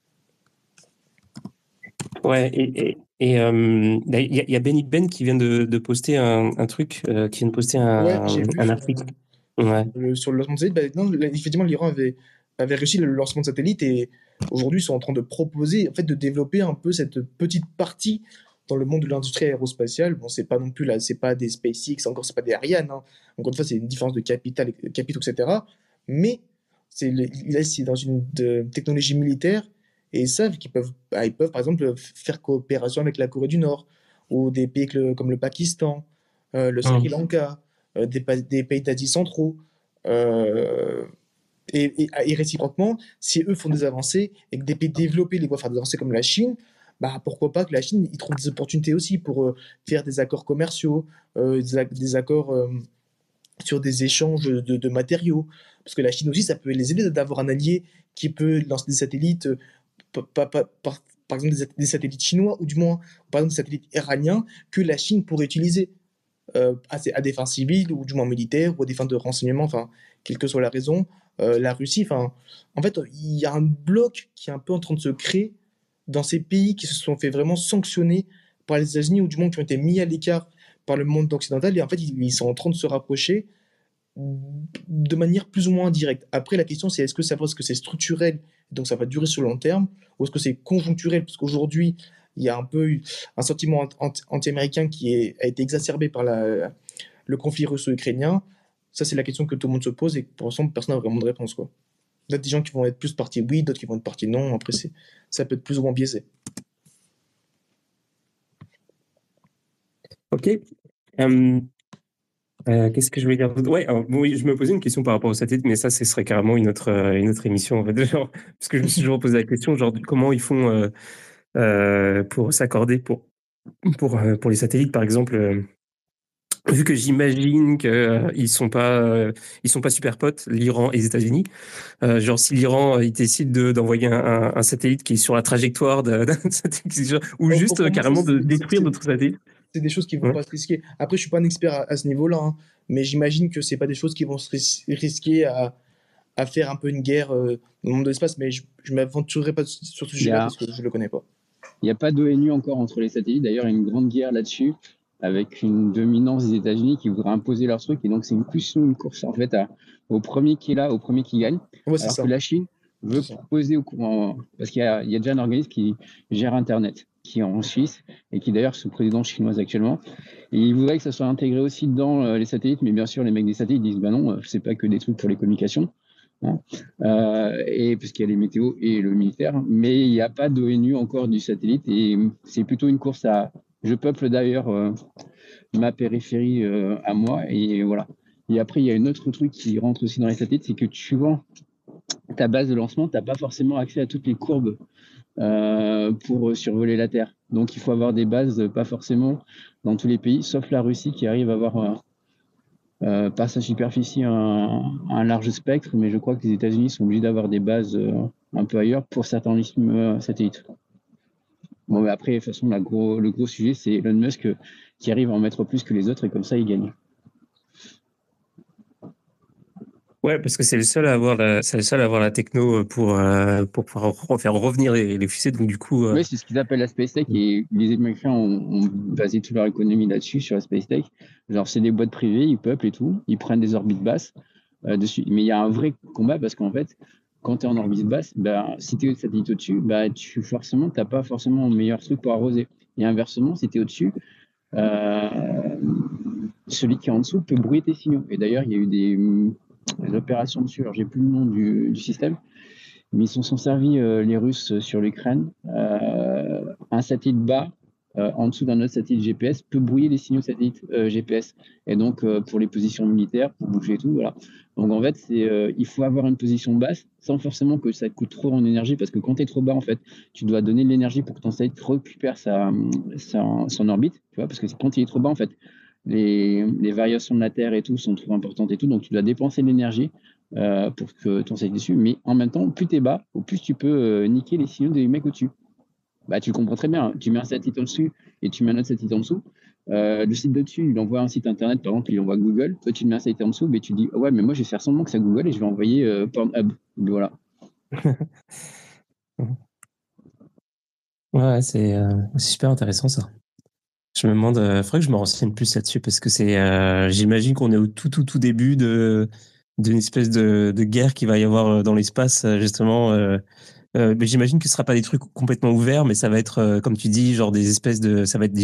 Ouais, il y a Benny Ben qui vient de poster un truc, qui vient de poster Ouais, j'ai vu un article. Ouais. sur le lancement de satellite. Bah, non, effectivement, l'Iran avait réussi le lancement de satellite et aujourd'hui, ils sont en train de proposer, en fait, de développer un peu cette petite partie dans le monde de l'industrie aérospatiale. Bon, c'est pas non plus là, c'est pas des SpaceX, encore c'est pas des Ariane, hein. Encore une fois, c'est une différence de capitaux, etc. Mais là, c'est dans une technologie militaire et ils savent ils peuvent par exemple faire coopération avec la Corée du Nord ou des pays comme le Pakistan, le Sri Lanka, des pays d'Asie centraux. Euh, et réciproquement, si eux font des avancées et que des pays développés les voient faire des avancées comme la Chine, bah, pourquoi pas que la Chine il trouve des opportunités aussi pour faire des accords commerciaux, des accords sur des échanges de matériaux. Parce que la Chine aussi, ça peut les aider d'avoir un allié qui peut lancer des satellites, par exemple des satellites chinois, ou du moins par exemple des satellites iraniens que la Chine pourrait utiliser à des fins civiles, ou du moins militaires, ou à des fins de renseignement, enfin, quelle que soit la raison. La Russie, enfin, en fait, il y a un bloc qui est un peu en train de se créer dans ces pays qui se sont fait vraiment sanctionner par les États-Unis, ou du moins qui ont été mis à l'écart par le monde occidental, et en fait, ils sont en train de se rapprocher de manière plus ou moins indirecte. Après, la question, c'est est-ce que c'est structurel, donc ça va durer sur le long terme, ou est-ce que c'est conjoncturel, parce qu'aujourd'hui, il y a un peu un sentiment anti-américain a été exacerbé par le conflit russo-ukrainien. Ça, c'est la question que tout le monde se pose, et pour l'instant, personne n'a vraiment de réponse, quoi. Il y a des gens qui vont être plus partis oui, d'autres qui vont être partis non. Après, ça peut être plus ou moins biaisé. Ok. Qu'est-ce que je voulais dire? Ouais, alors, oui, je me posais une question par rapport au satellite, mais ça, ce serait carrément une autre émission, en fait, genre, parce que je me suis toujours posé la question, genre, comment ils font pour s'accorder pour les satellites, par exemple. Vu que j'imagine que ils sont pas super potes, l'Iran et les États-Unis. Genre, si l'Iran il décide d'envoyer un satellite qui est sur la trajectoire d'un satellite, ou juste Pour moi, carrément de détruire d'autres satellites. c'est des choses qui vont Ouais. pas se risquer. Après, je suis pas un expert à ce niveau-là, hein, mais j'imagine que c'est pas des choses qui vont se risquer à faire un peu une guerre dans le monde de l'espace, mais je m'aventurerai pas sur ce Il y sujet-là a, parce que je le connais pas. il y a pas d'ONU encore entre les satellites. D'ailleurs, il y a une grande guerre là-dessus, avec une dominance des États-Unis qui voudrait imposer leur truc. Et donc, c'est plus une course en fait au premier qui est là, au premier qui gagne. Ouais, c'est Alors que ça. la Chine veut C'est ça. poser au courant, parce qu'il y a déjà un organisme qui gère Internet, qui est en Suisse et qui d'ailleurs est sous présidence chinoise actuellement. Et il voudrait que ça soit intégré aussi dans les satellites, mais bien sûr, les mecs des satellites disent bah non, c'est pas que des trucs pour les communications. Hein. Et puisqu'il y a les météos et le militaire, mais il n'y a pas d'ONU encore du satellite et c'est plutôt une course à. Je peuple d'ailleurs ma périphérie à moi et voilà. Et après, il y a un autre truc qui rentre aussi dans les satellites, c'est que tu vois ta base de lancement, tu n'as pas forcément accès à toutes les courbes pour survoler la Terre. Donc il faut avoir des bases, pas forcément dans tous les pays, sauf la Russie qui arrive à avoir par sa superficie un large spectre, mais je crois que les États-Unis sont obligés d'avoir des bases un peu ailleurs pour certains satellites. Bon, mais après, de toute façon, le gros sujet, c'est Elon Musk qui arrive à en mettre plus que les autres et comme ça, il gagne. Ouais, parce que c'est le seul à avoir la techno pour pouvoir faire revenir les fusées. Donc du coup, Oui, c'est ce qu'ils appellent la space tech et les Américains ont basé toute leur économie là-dessus, sur la space tech. Genre, c'est des boîtes privées, ils peuplent et tout, ils prennent des orbites basses dessus. Mais il y a un vrai combat parce qu'en fait, quand tu es en orbite basse, bah, si tu es satellite au-dessus, bah, tu n'as pas forcément le meilleur truc pour arroser. Et inversement, si tu es au-dessus, euh, celui qui est en dessous peut brouiller tes signaux. Et d'ailleurs, il y a eu des opérations dessus, alors j'ai plus le nom du système, mais ils s'en sont servis, les Russes, sur l'Ukraine. Un satellite bas, en dessous d'un autre satellite GPS, peut brouiller les signaux satellites GPS. Et donc, pour les positions militaires, pour bouger et tout, voilà. Donc, en fait, il faut avoir une position basse, sans forcément que ça coûte trop en énergie, parce que quand tu es trop bas, en fait, tu dois donner de l'énergie pour que ton satellite récupère son orbite, tu vois, parce que quand il est trop bas, en fait, les variations de la Terre et tout sont trop importantes et tout, donc tu dois dépenser de l'énergie pour que ton satellite dessus. Mais en même temps, plus tu es bas, au plus tu peux niquer les signaux des mecs au-dessus. Bah, tu le comprends très bien. Hein. Tu mets un satellite en dessus et tu mets un autre satellite en dessous. Le site de dessus, il envoie un site internet, par exemple, il envoie Google. Toi, tu mets un satellite en dessous, mais tu dis ouais, mais moi, je vais faire semblant que c'est Google et je vais envoyer Pornhub. Voilà. ouais, c'est super intéressant ça. Je me demande, faudrait que je me renseigne plus là-dessus parce que j'imagine qu'on est au tout début d'une espèce de guerre qui va y avoir dans l'espace justement. Mais j'imagine que ce sera pas des trucs complètement ouverts, mais ça va être, comme tu dis, genre des espèces ça va être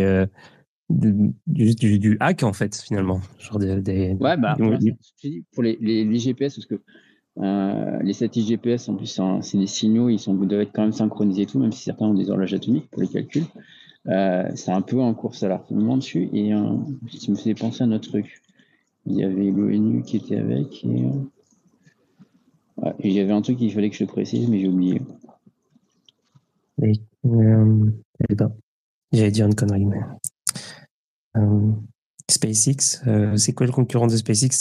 du hack en fait finalement, genre Ouais, bah, pour l'instant, je te dis, pour les GPS, parce que les satellites GPS, en plus, c'est des signaux, doivent être quand même synchronisés et tout, même si certains ont des horloges atomiques pour les calculs. C'est un peu en course à l'armement dessus. Et ça me faisait penser à un autre truc. Il y avait l'ONU qui était avec. Et il y avait un truc qu'il fallait que je précise, mais j'ai oublié. Oui. Je sais pas. J'allais dire une connerie, mais. Euh, SpaceX, c'est quoi le concurrent de SpaceX?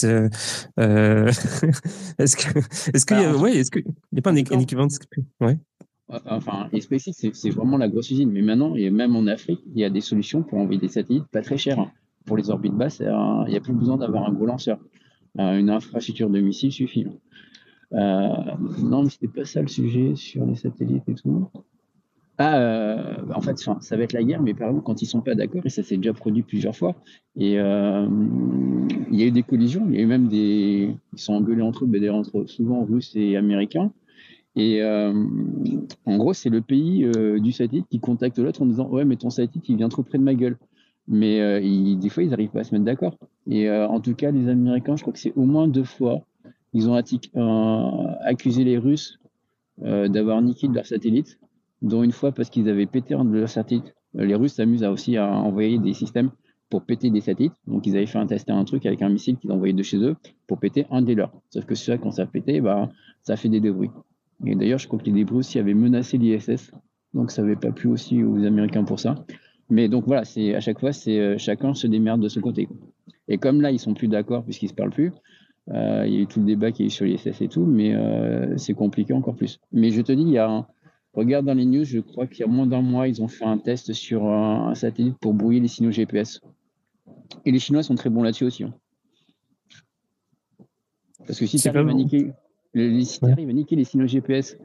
Est-ce que, est-ce qu'il y Bah, a, ouais, est-ce qu'il n'y a pas en un, tout un cas, équivalent ouais. enfin, et SpaceX, c'est vraiment la grosse usine. Mais maintenant, et même en Afrique, il y a des solutions pour envoyer des satellites pas très chères, hein. Pour les orbites basses, il n'y a plus besoin d'avoir un gros lanceur. Une infrastructure de missiles suffit. Non, mais c'était pas ça le sujet sur les satellites et tout. En fait, ça va être la guerre, mais par exemple, quand ils sont pas d'accord, et ça s'est déjà produit plusieurs fois, et il y a eu des collisions, il y a eu même ils sont engueulés entre eux, mais d'ailleurs entre souvent Russes et Américains. Et en gros, c'est le pays du satellite qui contacte l'autre en disant ouais, mais ton satellite, il vient trop près de ma gueule. Mais des fois, ils n'arrivent pas à se mettre d'accord. Et en tout cas, les Américains, je crois que c'est au moins 2 fois, ils ont accusé les Russes d'avoir niqué de leur satellite, dont une fois parce qu'ils avaient pété un de leurs satellites. Les Russes s'amusent aussi à envoyer des systèmes pour péter des satellites. Donc ils avaient fait tester un truc avec un missile qu'ils envoyaient de chez eux pour péter un des leurs. Sauf que ça, quand ça pétait, bah, ça fait des débris. Et d'ailleurs, je crois que les débris aussi avaient menacé l'ISS. Donc ça n'avait pas plu aussi aux Américains pour ça. Mais donc voilà, c'est à chaque fois, c'est chacun se démerde de ce côté, quoi. Et comme là, ils sont plus d'accord puisqu'ils se parlent plus, il y a eu tout le débat qui est sur l'ISS et tout, mais c'est compliqué encore plus. Mais je te dis, regarde dans les news, je crois qu'il y a moins d'un mois, ils ont fait un test sur un satellite pour brouiller les signaux GPS. Et les Chinois sont très bons là-dessus aussi, hein. Parce que si tu C'est pas arrives à bon. niquer, si Ouais. arrives à niquer les signaux GPS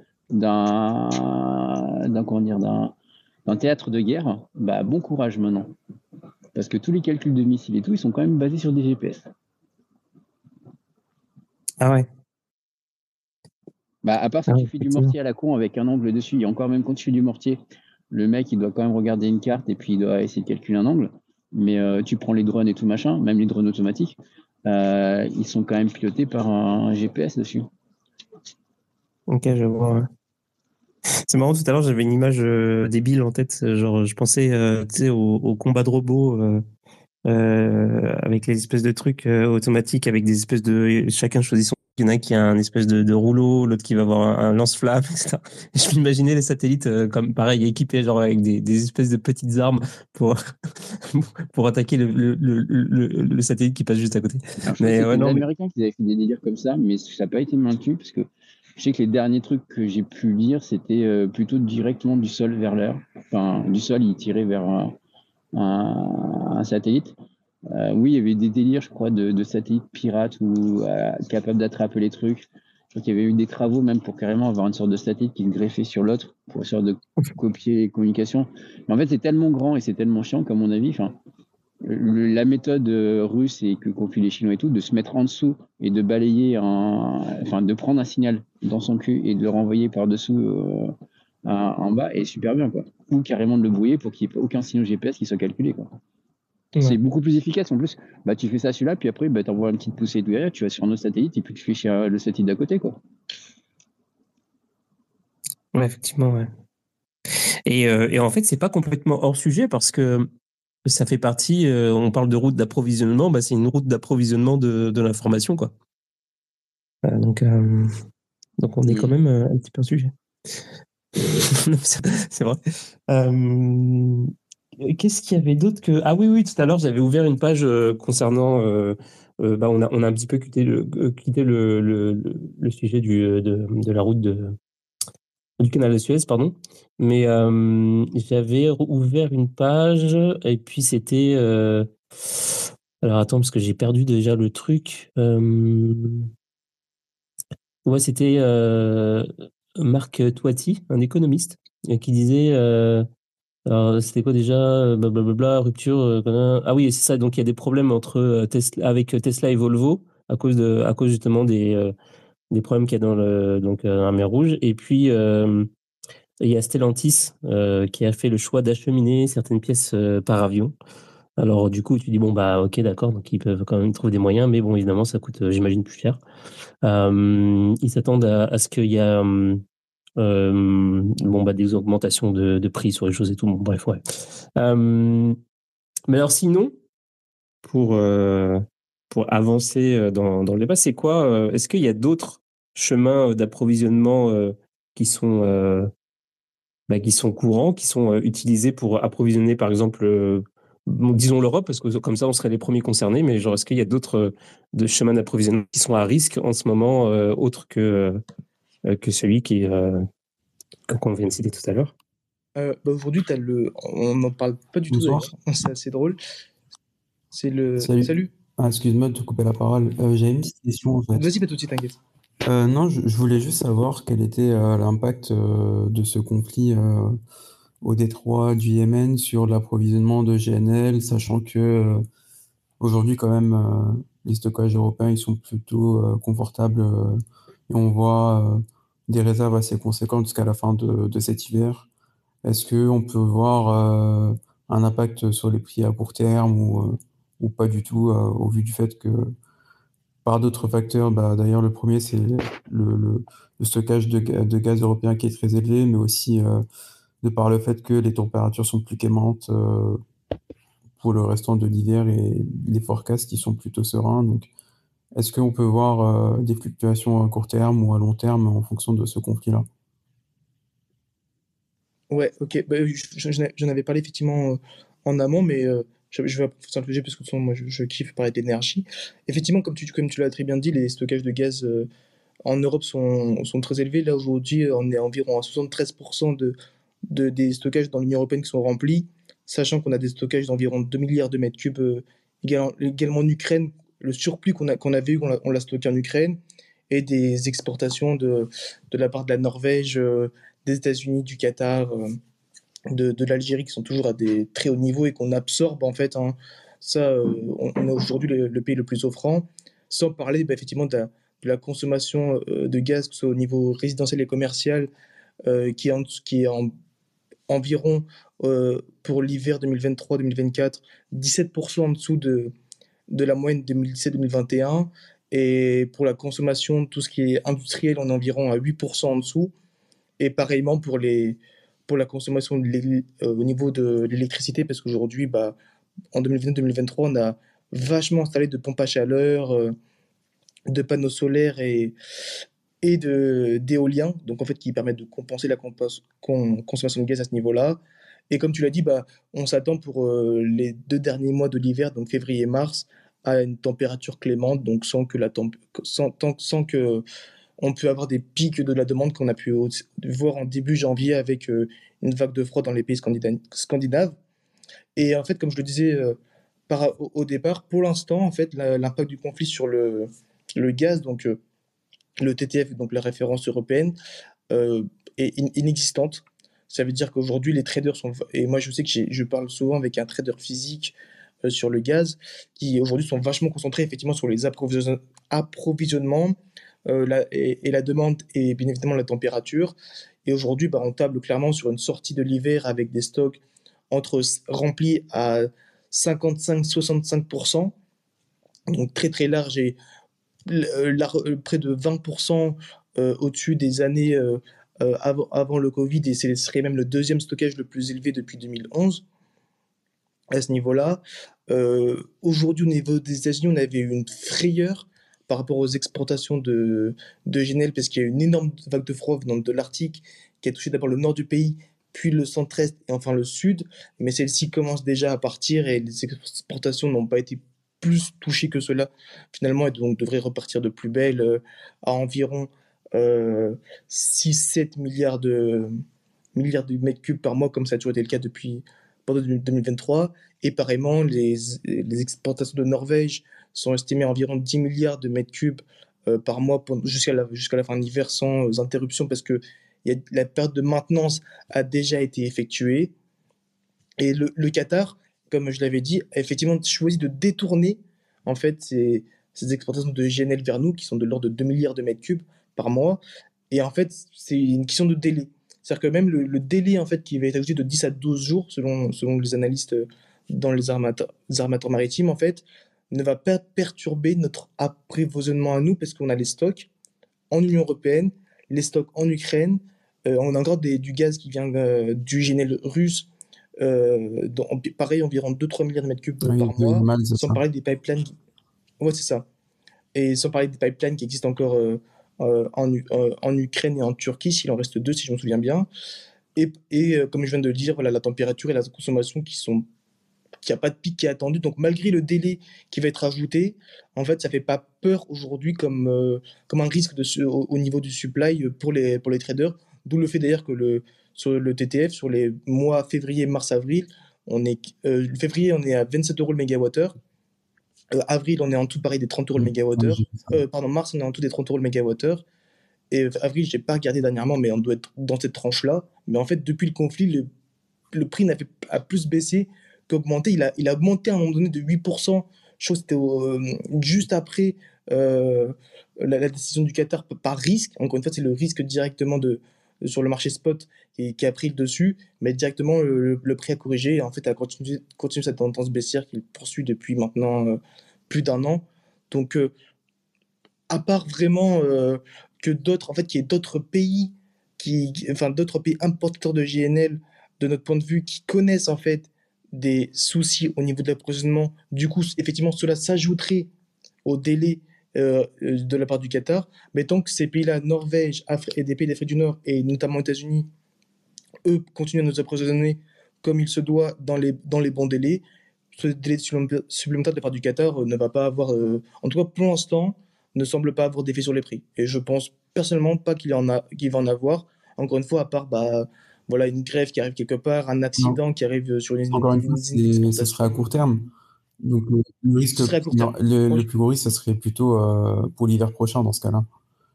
comment dire, d'un théâtre de guerre, bah bon courage maintenant. Parce que tous les calculs de missiles et tout, ils sont quand même basés sur des GPS. Ah ouais. Bah, à part Ah si ouais, tu fais du effectivement. mortier à la con avec un angle dessus, et encore même quand tu fais du mortier, le mec il doit quand même regarder une carte et puis il doit essayer de calculer un angle. Mais tu prends les drones et tout machin, même les drones automatiques, ils sont quand même pilotés par un GPS dessus. Ok, je vois. Ouais. C'est marrant, tout à l'heure, j'avais une image débile en tête. Genre, je pensais tu sais, au combat de robots avec les espèces de trucs automatiques, avec des espèces de. Chacun choisit son. Il y en a un qui a un espèce de rouleau, l'autre qui va avoir un lance-flamme, etc. Et je m'imaginais les satellites comme pareil, équipés genre avec des espèces de petites armes pour, pour attaquer le satellite qui passe juste à côté. Alors je crois que Mais c'était ouais, les non, mais. Américains qui avaient fait des délires comme ça, mais ça n'a pas été maintenu parce que je sais que les derniers trucs que j'ai pu lire, c'était plutôt directement du sol vers l'air. Enfin, du sol, ils tiraient vers un satellite. Oui, il y avait des délires, je crois, de satellites pirates ou capables d'attraper les trucs. Je crois qu'il y avait eu des travaux même pour carrément avoir une sorte de satellite qui se greffait sur l'autre pour une sorte de copier les communications. Mais en fait, c'est tellement grand et c'est tellement chiant, comme mon avis. Enfin, la méthode russe et que qu'ont fait les Chinois et tout, de se mettre en dessous et de balayer enfin, de prendre un signal dans son cul et de le renvoyer par-dessous en bas est super bien, quoi. Ou carrément de le brouiller pour qu'il n'y ait aucun signal GPS qui soit calculé, quoi. C'est Ouais. beaucoup plus efficace en plus. Bah, tu fais ça celui-là, puis après, bah, tu envoies une petite poussée derrière, tu vas sur un autre satellite et puis tu fais chez le satellite d'à côté, quoi. Ouais, effectivement, ouais. Et en fait, c'est pas complètement hors sujet parce que ça fait partie, on parle de route d'approvisionnement, bah, c'est une route d'approvisionnement de l'information, quoi. Euh, donc, euh, donc, on est quand Oui. même un petit peu hors sujet. C'est vrai. Euh, Qu'est-ce qu'il y avait d'autre que. Ah oui, oui, tout à l'heure, j'avais ouvert une page concernant. Bah, on a un petit peu quitté le sujet de la route du canal de Suez, pardon. Mais j'avais ouvert une page et puis c'était. Alors attends, parce que j'ai perdu déjà le truc. Ouais, c'était Marc Toiti, un économiste, qui disait. Alors, c'était quoi déjà? Blablabla, rupture. Ah oui, c'est ça. Donc, il y a des problèmes entre Tesla, avec Tesla et Volvo à cause justement des problèmes qu'il y a dans la mer Rouge. Et puis, il y a Stellantis qui a fait le choix d'acheminer certaines pièces par avion. Alors, du coup, tu dis, bon, bah, ok, d'accord. Donc, ils peuvent quand même trouver des moyens. Mais bon, évidemment, ça coûte, j'imagine, plus cher. Ils s'attendent à ce qu'il y a bon, bah, des augmentations de prix sur les choses et tout. Bon, bref, ouais. Mais alors sinon, pour, euh, pour avancer dans le débat, c'est quoi est-ce qu'il y a d'autres chemins d'approvisionnement qui sont qui sont courants, qui sont utilisés pour approvisionner, par exemple, disons l'Europe, parce que comme ça, on serait les premiers concernés, mais genre, est-ce qu'il y a d'autres de chemins d'approvisionnement qui sont à risque en ce moment, autre que celui qu'on vient de citer tout à l'heure? Aujourd'hui, on n'en parle pas du tout Bonsoir. d'ailleurs, c'est assez drôle. C'est le. Salut. Salut. Ah, excuse-moi de te couper la parole. J'avais une petite question en fait. Vas-y, pas tout de suite, t'inquiète. Non, je voulais juste savoir quel était l'impact de ce conflit au détroit du Yémen sur l'approvisionnement de GNL, sachant que aujourd'hui quand même les stockages européens ils sont plutôt confortables et on voit des réserves assez conséquentes jusqu'à la fin de cet hiver. Est-ce qu'on peut voir un impact sur les prix à court terme ou pas du tout au vu du fait que par d'autres facteurs, d'ailleurs le premier c'est le stockage de gaz européen qui est très élevé, mais aussi de par le fait que les températures sont plus clémentes pour le restant de l'hiver et les forecasts qui sont plutôt sereins. Donc, est-ce qu'on peut voir des fluctuations à court terme ou à long terme en fonction de ce conflit-là? Ouais, ok. J'en avais parlé effectivement en amont, mais je vais simplifier parce que de toute façon, moi je kiffe parler d'énergie. Effectivement, comme tu l'as très bien dit, les stockages de gaz en Europe sont très élevés. Là aujourd'hui, on est environ à 73% des stockages dans l'Union européenne qui sont remplis, sachant qu'on a des stockages d'environ 2 milliards de mètres cubes également en Ukraine. Le surplus qu'on avait eu, on l'a stocké en Ukraine, et des exportations de la part de la Norvège, des États-Unis, du Qatar, de l'Algérie, qui sont toujours à des très hauts niveaux et qu'on absorbe en fait, hein. Ça, on est aujourd'hui le pays le plus offrant, sans parler effectivement de la consommation de gaz, que ce soit au niveau résidentiel et commercial, qui est environ pour l'hiver 2023-2024, 17% en dessous de la moyenne 2017-2021. Et pour la consommation, tout ce qui est industriel, on est environ à 8% en dessous. Et pareillement pour la consommation au niveau de l'électricité, parce qu'aujourd'hui, en 2022-2023, on a vachement installé de pompes à chaleur, de panneaux solaires et d'éoliens, donc en fait qui permettent de compenser la consommation de gaz à ce niveau-là. Et comme tu l'as dit, on s'attend pour les 2 derniers mois de l'hiver, donc février et mars, à une température clémente, donc sans que on peut avoir des pics de la demande qu'on a pu voir en début janvier avec une vague de froid dans les pays scandinaves. Et en fait, comme je le disais au départ, pour l'instant, en fait, l'impact du conflit sur le gaz, donc le TTF, donc la référence européenne, euh, est inexistante. Ça veut dire qu'aujourd'hui, les traders sont. Et moi, je sais que je parle souvent avec un trader physique sur le gaz, qui aujourd'hui sont vachement concentrés effectivement sur les approvisionnements et la demande et bien évidemment la température. Et aujourd'hui, on table clairement sur une sortie de l'hiver avec des stocks remplis à 55-65%, donc très très large et près de 20% au-dessus des années avant le Covid, et ce serait même le deuxième stockage le plus élevé depuis 2011 à ce niveau-là. Aujourd'hui, au niveau des États-Unis, on avait eu une frayeur par rapport aux exportations de GNL, parce qu'il y a eu une énorme vague de froid venant de l'Arctique qui a touché d'abord le nord du pays, puis le centre-est et enfin le sud. Mais celle-ci commence déjà à partir et les exportations n'ont pas été plus touchées que cela finalement, et donc devraient repartir de plus belle à environ 6-7 milliards de mètres cubes par mois, comme ça a toujours été le cas depuis pendant 2023. Et pareillement, les exportations de Norvège sont estimées à environ 10 milliards de mètres cubes par mois jusqu'à la fin de l'hiver, sans interruption, parce que la période de maintenance a déjà été effectuée. Et le Qatar, comme je l'avais dit, a effectivement choisi de détourner en fait ces exportations de GNL vers nous, qui sont de l'ordre de 2 milliards de mètres cubes par mois. Et en fait, c'est une question de délai. C'est-à-dire que même le délai en fait, qui va être ajouté de 10 à 12 jours, selon les analystes dans les armateurs maritimes, en fait, ne va pas perturber notre approvisionnement à nous, parce qu'on a les stocks en Union européenne, les stocks en Ukraine, on a encore du gaz qui vient du GNL russe, pareil, environ 2-3 milliards de mètres cubes Oui, par c'est mois, normal, c'est sans ça. parler des pipelines. Ouais, c'est ça. Et sans parler des pipelines qui existent encore en Ukraine et en Turquie, s'il en reste deux, si je me souviens bien. Comme je viens de le dire, voilà, la température et la consommation qui a pas de pic qui est attendu. Donc malgré le délai qui va être ajouté, en fait, ça fait pas peur aujourd'hui comme un risque au niveau du supply pour les traders. D'où le fait d'ailleurs que sur le TTF, sur les mois février, mars, avril, février, on est à 27 euros le mégawattheure. Avril, on est en tout pareil des 30 euros le Ouais, mégawattheure. j'ai vu ça. Pardon, mars, on est en tout des 30 euros le mégawattheure. Et avril, j'ai pas regardé dernièrement, mais on doit être dans cette tranche-là. Mais en fait, depuis le conflit, le prix a plus baissé qu'augmenté. Il a augmenté à un moment donné de 8%. Chose, c'était juste après la décision du Qatar par risque. Encore une fois, c'est le risque directement sur le marché spot qui a pris le dessus. Mais directement, le prix a corrigé et en fait a continué cette tendance baissière qu'il poursuit depuis maintenant plus d'un an. Donc, à part vraiment que d'autres, en fait, qu'il y ait d'autres pays enfin, d'autres pays importateurs de GNL, de notre point de vue, qui connaissent en fait des soucis au niveau de l'approvisionnement. Du coup, effectivement, cela s'ajouterait au délai de la part du Qatar. Mais tant que ces pays-là, Norvège et des pays d'Afrique du Nord, et notamment les États-Unis, eux, continuent à nous approvisionner comme il se doit dans les bons délais, ce délai supplémentaire de la part du Qatar ne va pas avoir, en tout cas pour l'instant, ne semble pas avoir d'effet sur les prix. Et je pense personnellement pas qu'il va en avoir. Encore une fois, à part voilà, une grève qui arrive quelque part, un Non. accident qui arrive sur Encore une fois, une usine ce serait à d'exportation. court terme. Donc, le risque, Ce serait à court terme. le plus gros risque, ça serait plutôt pour l'hiver prochain dans ce cas-là.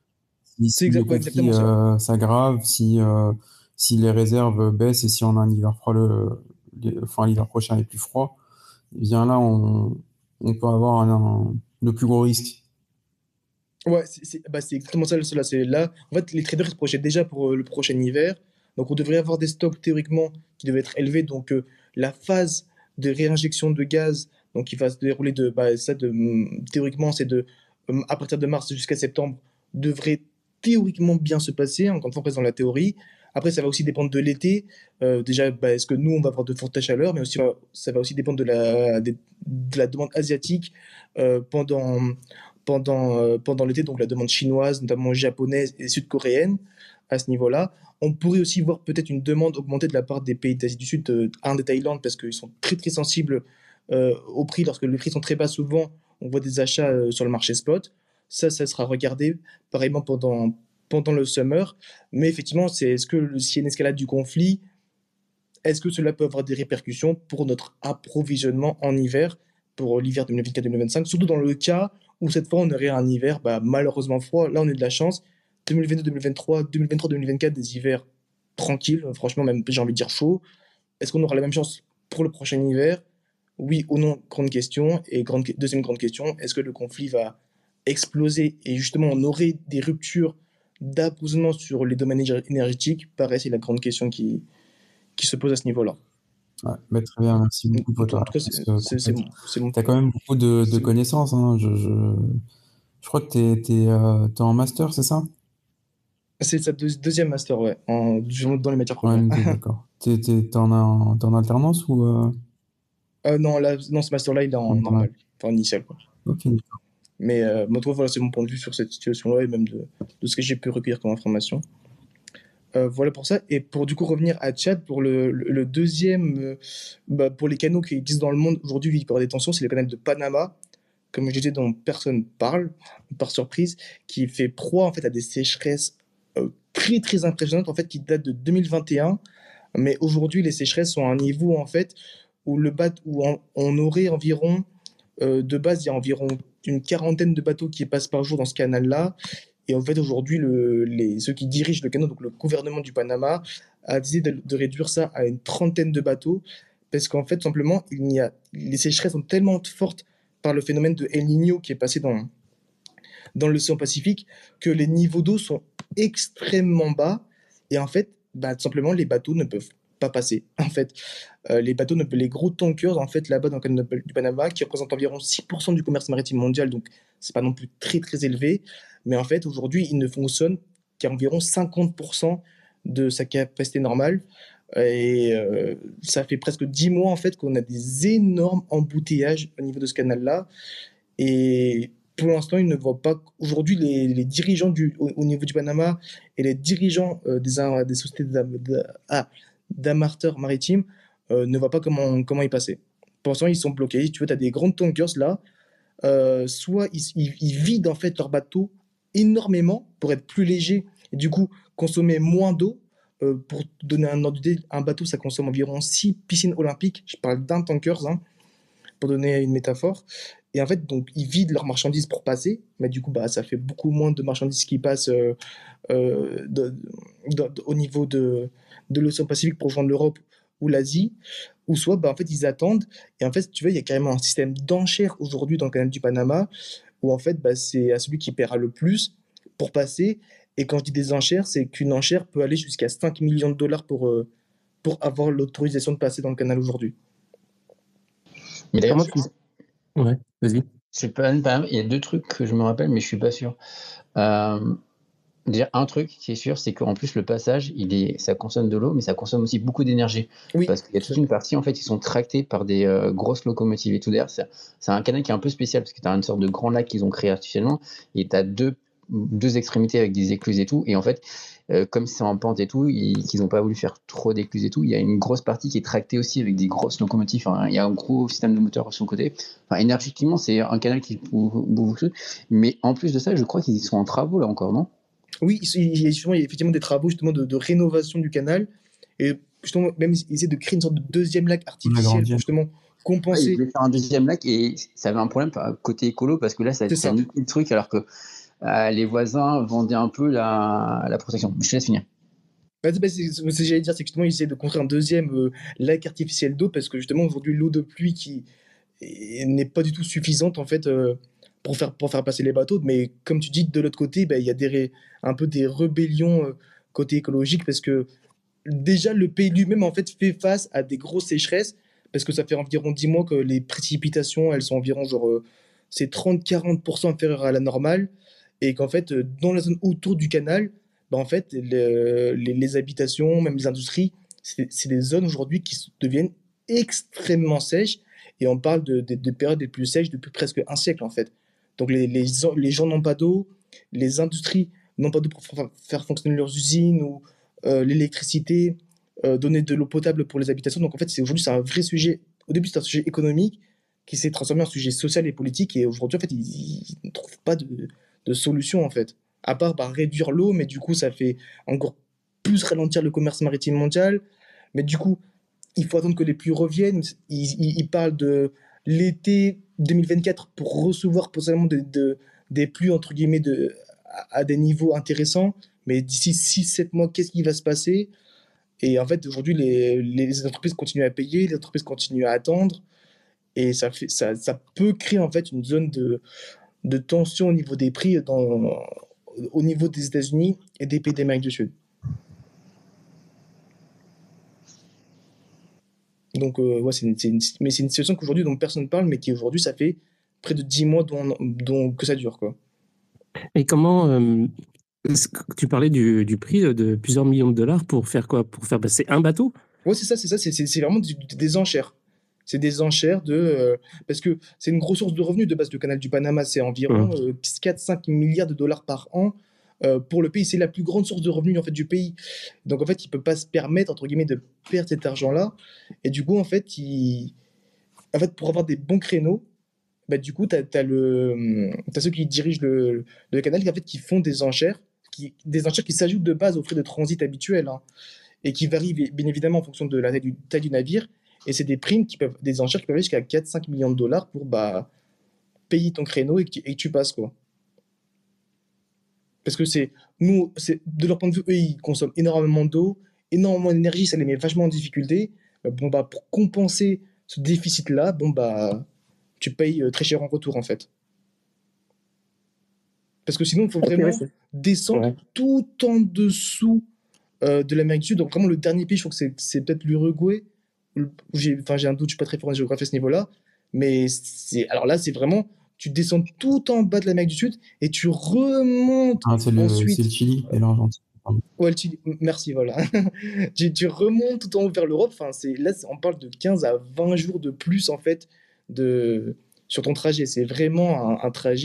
Si le Ouais, conflit exactement ça. s'aggrave, si les réserves baissent et si on a un hiver froid, enfin l'hiver prochain est plus froid, eh bien là, on peut avoir le plus gros risque. Ouais, c'est exactement ça. C'est là. En fait, les traders ils se projettent déjà pour le prochain hiver. Donc, on devrait avoir des stocks théoriquement qui devaient être élevés. Donc, la phase de réinjection de gaz, donc qui va se dérouler théoriquement, c'est à partir de mars jusqu'à septembre, devrait théoriquement bien se passer. Encore une fois, on reste dans la théorie. Après, ça va aussi dépendre de l'été. Déjà, est-ce que nous, on va avoir de fortes chaleurs, mais aussi, ça va aussi dépendre de la demande asiatique pendant pendant l'été, donc la demande chinoise, notamment japonaise et sud-coréenne à ce niveau-là. On pourrait aussi voir peut-être une demande augmenter de la part des pays d'Asie du Sud, Inde et Thaïlande, parce qu'ils sont très très sensibles au prix. Lorsque les prix sont très bas, souvent, on voit des achats sur le marché spot. Ça sera regardé pareillement pendant le summer. Mais effectivement, est-ce que s'il y a une escalade du conflit, est-ce que cela peut avoir des répercussions pour notre approvisionnement en hiver, pour l'hiver 2024-2025, surtout dans le cas où cette fois on aurait un hiver malheureusement froid. Là, on a de la chance. 2022-2023, 2023-2024, des hivers tranquilles, franchement, même j'ai envie de dire chaud. Est-ce qu'on aura la même chance pour le prochain hiver? Oui ou non, grande question. Et deuxième grande question, est-ce que le conflit va exploser et justement on aurait des ruptures d'approvisionnement sur les domaines énergétiques? Pareil, c'est la grande question qui se pose à ce niveau-là. Ouais, bah, très bien, merci beaucoup pour ta En tout cas, réponse c'est complète. mon Tu as quand même beaucoup de c'est- connaissances, hein. Je crois que t'es en master, c'est ça? c'est sa deuxième master, ouais, dans les matières Ouais, premières. ok, d'accord. T'es en alternance ou Non, non, ce master-là, il est en normal, enfin initial, quoi. Ok, d'accord. Mais moi, toi, voilà, c'est mon point de vue sur cette situation-là et même de ce que j'ai pu recueillir comme information. Voilà pour ça. Et pour du coup revenir à Tchad, pour le deuxième, pour les canaux qui existent dans le monde aujourd'hui, qui peuvent avoir des tensions, c'est le canal de Panama, comme je disais, dont personne parle, par surprise, qui fait proie en fait à des sécheresses très très impressionnantes en fait, qui datent de 2021. Mais aujourd'hui, les sécheresses sont à un niveau en fait où on aurait environ, de base, il y a environ une quarantaine de bateaux qui passent par jour dans ce canal-là. Et en fait, aujourd'hui, ceux qui dirigent le canal, donc le gouvernement du Panama, a décidé de réduire ça à une trentaine de bateaux, parce qu'en fait, simplement, les sécheresses sont tellement fortes par le phénomène de El Niño qui est passé dans l'océan Pacifique, que les niveaux d'eau sont extrêmement bas. Et en fait, tout simplement, les bateaux ne peuvent pas passer. En fait, les gros tankers, en fait, là-bas dans le canal du Panama, qui représentent environ 6% du commerce maritime mondial, donc c'est pas non plus très très élevé, mais en fait, aujourd'hui, il ne fonctionne qu'à environ 50% de sa capacité normale. Et ça fait presque 10 mois en fait qu'on a des énormes embouteillages au niveau de ce canal-là. Et pour l'instant, ils ne voient pas. Aujourd'hui, les dirigeants au niveau du Panama et les dirigeants des sociétés d'amarteurs maritimes ne voient pas comment y passer. Pour l'instant, ils sont bloqués. Tu vois, tu as des grandes tankers là. Soit ils vident en fait leur bateau énormément pour être plus léger et du coup consommer moins d'eau. Pour donner un ordre d'idée, un bateau ça consomme environ 6 piscines olympiques. Je parle d'un tanker, hein, pour donner une métaphore. Et en fait, donc ils vident leurs marchandises pour passer, mais du coup, bah, ça fait beaucoup moins de marchandises qui passent au niveau de l'océan Pacifique pour rejoindre l'Europe ou l'Asie, ou soit bah, en fait ils attendent. Et en fait, tu vois, il y a carrément un système d'enchères aujourd'hui dans le canal du Panama où en fait bah, c'est à celui qui paiera le plus pour passer. Et quand je dis des enchères, c'est qu'une enchère peut aller jusqu'à 5 millions de dollars pour avoir l'autorisation de passer dans le canal aujourd'hui. Mais d'ailleurs, Comment tu... Ouais, vas-y. c'est pas il y a 2 trucs que je me rappelle, mais je suis pas sûr. Déjà, un truc qui est sûr, c'est qu'en plus, le passage, ça consomme de l'eau, mais ça consomme aussi beaucoup d'énergie. Oui, Parce qu'il y a toute une partie, en fait, ils sont tractés par des grosses locomotives et tout. D'ailleurs, c'est un canal qui est un peu spécial, parce que tu as une sorte de grand lac qu'ils ont créé artificiellement, et tu as deux extrémités avec des écluses et tout. Et en fait, comme c'est en pente et tout, qu'ils n'ont pas voulu faire trop d'écluses et tout, il y a une grosse partie qui est tractée aussi avec des grosses locomotives. Enfin, il y a un gros système de moteur sur le côté. Enfin, énergétiquement, c'est un canal qui beaucoup de choses. Mais en plus de ça, je crois qu'ils y sont en travaux là encore, non? Oui, il y a effectivement des travaux justement de rénovation du canal. Et justement, même ils essaient de créer une sorte de deuxième lac artificiel pour justement Ouais, ils compenser. voulaient faire un deuxième lac et ça avait un problème côté écolo parce que là, ça C'est ça. niqué le truc alors que les voisins vendaient un peu la protection. Je te laisse finir. C'est ce que j'allais dire, c'est que justement, ils essaient de construire un deuxième lac artificiel d'eau parce que justement, aujourd'hui, l'eau de pluie qui n'est pas du tout suffisante en fait pour faire passer les bateaux. Mais comme tu dis, de l'autre côté, bah, il y a un peu des rébellions côté écologique parce que déjà le pays lui-même en fait fait face à des grosses sécheresses parce que ça fait environ 10 mois que les précipitations elles sont environ genre c'est 30-40% inférieures à la normale et qu'en fait dans la zone autour du canal bah, en fait les habitations même les industries c'est des zones aujourd'hui deviennent extrêmement sèches et on parle de périodes les plus sèches depuis presque un siècle en fait. Donc les gens n'ont pas d'eau, les industries n'ont pas d'eau pour faire fonctionner leurs usines ou l'électricité, donner de l'eau potable pour les habitations. Donc en fait, aujourd'hui, c'est un vrai sujet. Au début, c'est un sujet économique qui s'est transformé en sujet social et politique. Et aujourd'hui, en fait, ils ne trouvent pas de solution, en fait. À part bah, réduire l'eau, mais du coup, ça fait encore plus ralentir le commerce maritime mondial. Mais du coup, il faut attendre que les pluies reviennent. Ils parlent de l'été 2024 pour recevoir potentiellement des pluies, entre guillemets, à des niveaux intéressants. Mais d'ici 6-7 mois, qu'est-ce qui va se passer? Et en fait, aujourd'hui, les entreprises continuent à payer, les entreprises continuent à attendre. Et ça peut créer en fait une zone de tension au niveau des prix au niveau des États-Unis et des pays d'Amérique du Sud. Donc, ouais, mais c'est une situation qu'aujourd'hui, dont personne ne parle, mais qui aujourd'hui, ça fait près de 10 mois que ça dure, quoi. Et comment tu parlais du prix de plusieurs millions de dollars pour faire quoi? Pour faire passer un bateau? Ouais, c'est ça, c'est vraiment des enchères. C'est des enchères parce que c'est une grosse source de revenus de base du canal du Panama, c'est environ 4-5 milliards de dollars par an. Pour le pays, c'est la plus grande source de revenus en fait, du pays. Donc en fait, il ne peut pas se permettre, entre guillemets, de perdre cet argent-là. Et du coup, en fait, pour avoir des bons créneaux, bah, du coup, tu as ceux qui dirigent le canal en fait, qui font des enchères, des enchères qui s'ajoutent de base aux frais de transit habituels, hein, et qui varient bien évidemment en fonction de la taille du navire. Et c'est des enchères qui peuvent aller jusqu'à 4-5 millions de dollars pour bah, payer ton créneau et que tu passes, quoi. Parce que de leur point de vue, eux, ils consomment énormément d'eau, énormément d'énergie, ça les met vachement en difficulté. Bon, bah, pour compenser ce déficit-là, bon, bah, tu payes très cher en retour, en fait. Parce que sinon, il faut vraiment descendre tout en dessous de l'Amérique du Sud. Donc, vraiment, le dernier pays, je trouve que c'est peut-être l'Uruguay. J'ai un doute, je suis pas très fort en géographie à ce niveau-là. Mais alors là, c'est vraiment, tu descends tout en bas de l'Amérique du Sud et tu remontes ensuite. C'est le Chili et l'Argentine. Ouais, le Chili, merci, voilà. tu remontes tout en haut vers l'Europe. Enfin, là, on parle de 15 à 20 jours de plus, en fait, sur ton trajet. C'est vraiment un trajet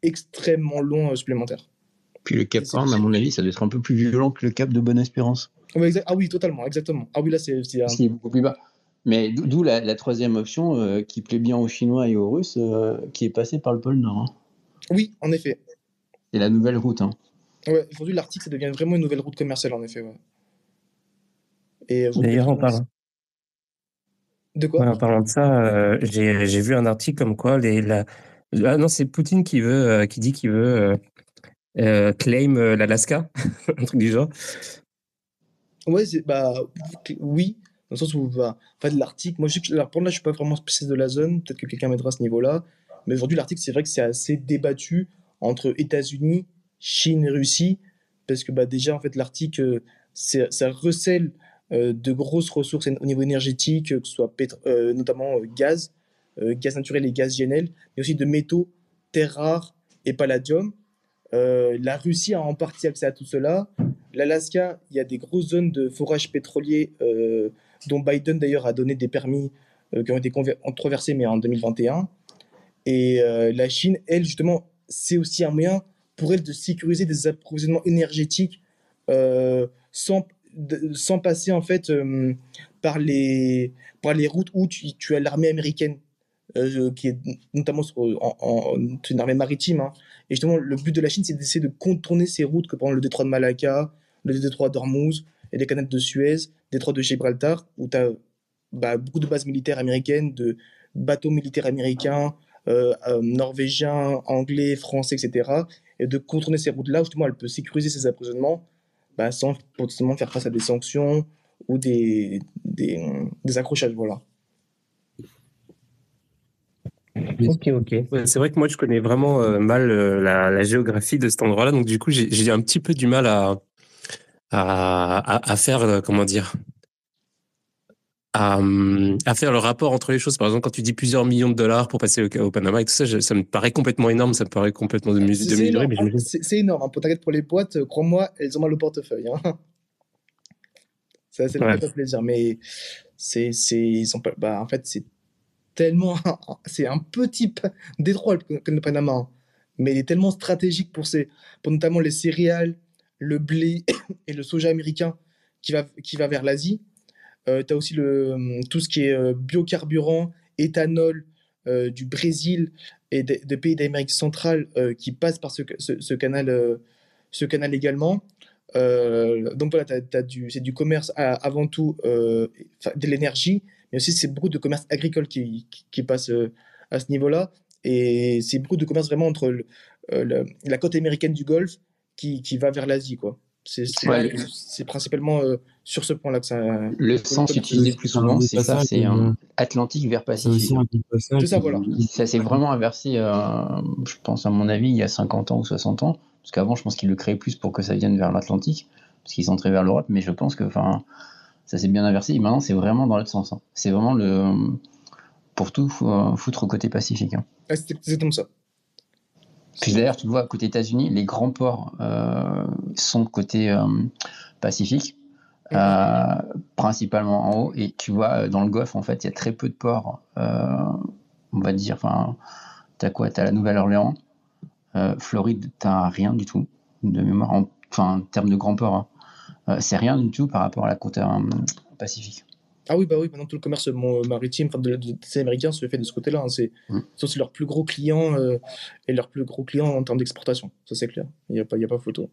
extrêmement long supplémentaire. Puis le Cap Horn, à mon avis, ça doit être un peu plus violent que le Cap de Bonne-Espérance. Ouais, ah oui, totalement, exactement. Ah oui, là, c'est Parce qu'il est beaucoup plus bas. Mais d'où la troisième option qui plaît bien aux Chinois et aux Russes, qui est passée par le pôle Nord. Hein. Oui, en effet. C'est la nouvelle route. Hein. Ouais, aujourd'hui, l'Arctique, ça devient vraiment une nouvelle route commerciale, en effet. Ouais. Et D'ailleurs, en parlant. De quoi? Ouais, en parlant de ça, j'ai vu un article comme quoi ah non, c'est Poutine qui dit qu'il veut claim l'Alaska, un truc du genre. Ouais, oui, dans le sens où en fait, l'Arctique, moi, pour là, je suis pas vraiment spécialiste de la zone, peut-être que quelqu'un m'aidera à ce niveau-là, mais aujourd'hui, l'Arctique, c'est vrai que c'est assez débattu entre États-Unis, Chine et Russie, parce que déjà, en fait, l'Arctique, ça recèle de grosses ressources au niveau énergétique, que ce soit notamment gaz naturel et gaz GNL, mais aussi de métaux, terres rares et palladium. La Russie a en partie accès à tout cela. L'Alaska, il y a des grosses zones de forage pétrolier dont Biden d'ailleurs a donné des permis qui ont été controversés mais en 2021. Et la Chine, elle, justement, c'est aussi un moyen pour elle de sécuriser des approvisionnements énergétiques sans passer en fait par les routes où tu as l'armée américaine qui est notamment une armée maritime. Hein. Et justement, le but de la Chine, c'est d'essayer de contourner ces routes que pendant le détroit de Malacca, le détroit d'Ormuz, et les canaux de Suez, détroit de Gibraltar, où tu as beaucoup de bases militaires américaines, de bateaux militaires américains, norvégiens, anglais, français, etc. Et de contourner ces routes-là, justement, elle peut sécuriser ses approvisionnements sans potentiellement faire face à des sanctions ou des accrochages. Voilà. Ok. Ouais, c'est vrai que moi, je connais vraiment mal la géographie de cet endroit-là. Donc, du coup, j'ai un petit peu du mal à faire, comment dire, à faire le rapport entre les choses. Par exemple, quand tu dis plusieurs millions de dollars pour passer au Panama et tout ça, ça me paraît complètement énorme. Ça me paraît complètement démesuré. C'est énorme. Hein. T'inquiète pour les boîtes, crois-moi, elles ont mal au portefeuille. Hein. Ça fait pas plaisir. Mais ils ont pas, en fait, c'est tellement. C'est un petit détroit comme le Panama. Hein. Mais il est tellement stratégique pour notamment les céréales, le blé et le soja américain qui va vers l'Asie. Tu as aussi tout ce qui est biocarburant, éthanol du Brésil et des pays d'Amérique centrale qui passent par ce canal également. Donc voilà, c'est du commerce avant tout de l'énergie, mais aussi c'est beaucoup de commerce agricole qui passe à ce niveau-là. Et c'est beaucoup de commerce vraiment entre la côte américaine du Golfe qui va vers l'Asie, quoi. C'est principalement sur ce point-là que ça. Le sens utilisé le plus souvent, c'est ça, c'est Atlantique vers Pacifique. C'est ça, voilà. Ça s'est vraiment inversé, je pense, à mon avis, il y a 50 ans ou 60 ans. Parce qu'avant, je pense qu'ils le créaient plus pour que ça vienne vers l'Atlantique, parce qu'ils entraient vers l'Europe, mais je pense que ça s'est bien inversé. Et maintenant, c'est vraiment dans l'autre sens. Hein. C'est vraiment pour tout foutre au côté Pacifique. Hein. Ah, c'est exactement ça. Puis d'ailleurs, tu vois, côté États-Unis, les grands ports sont côté Pacifique, principalement en haut. Et tu vois, dans le Golfe, en fait, il y a très peu de ports, on va dire. T'as quoi? T'as la Nouvelle-Orléans. Floride, t'as rien du tout, de mémoire. En termes de grands ports, hein. C'est rien du tout par rapport à la côte Pacifique. Ah oui, maintenant tout le commerce maritime des Américains se fait de ce côté-là. Hein. C'est leur plus gros client et leur plus gros client en termes d'exportation. Ça, c'est clair. Il n'y a pas photo.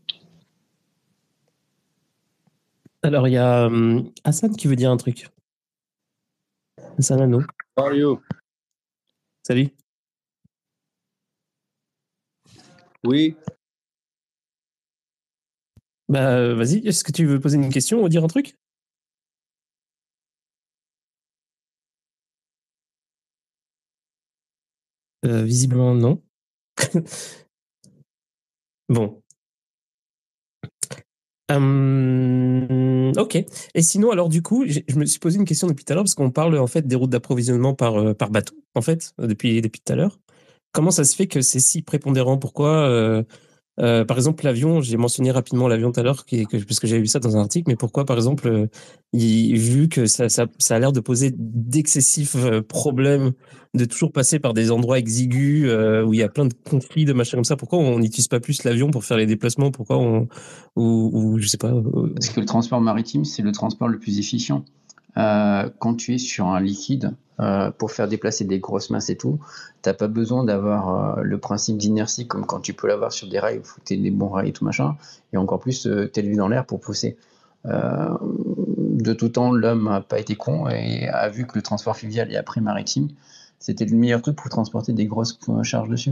Alors, il y a Hassan qui veut dire un truc. Hassan Ano. How are you? Salut. Oui. Vas-y, est-ce que tu veux poser une question ou dire un truc? Visiblement, non. Bon. Ok. Et sinon, alors du coup, je me suis posé une question depuis tout à l'heure parce qu'on parle en fait des routes d'approvisionnement par bateau, en fait, depuis tout à l'heure. Comment ça se fait que c'est si prépondérant? Pourquoi Par exemple, l'avion, j'ai mentionné rapidement l'avion tout à l'heure, parce que j'avais vu ça dans un article, mais pourquoi, par exemple, vu que ça a l'air de poser d'excessifs problèmes, de toujours passer par des endroits exigus où il y a plein de conflits, de machins comme ça, pourquoi on n'utilise pas plus l'avion pour faire les déplacements? Pourquoi ou je sais pas. Parce que le transport maritime, c'est le transport le plus efficient. Quand tu es sur un liquide, pour faire déplacer des grosses masses et tout, t'as pas besoin d'avoir le principe d'inertie comme quand tu peux l'avoir sur des rails, où t'es des bons rails et tout machin, et encore plus t'es élevé dans l'air pour pousser. De tout temps, l'homme n'a pas été con et a vu que le transport fluvial et après maritime, c'était le meilleur truc pour transporter des grosses charges dessus.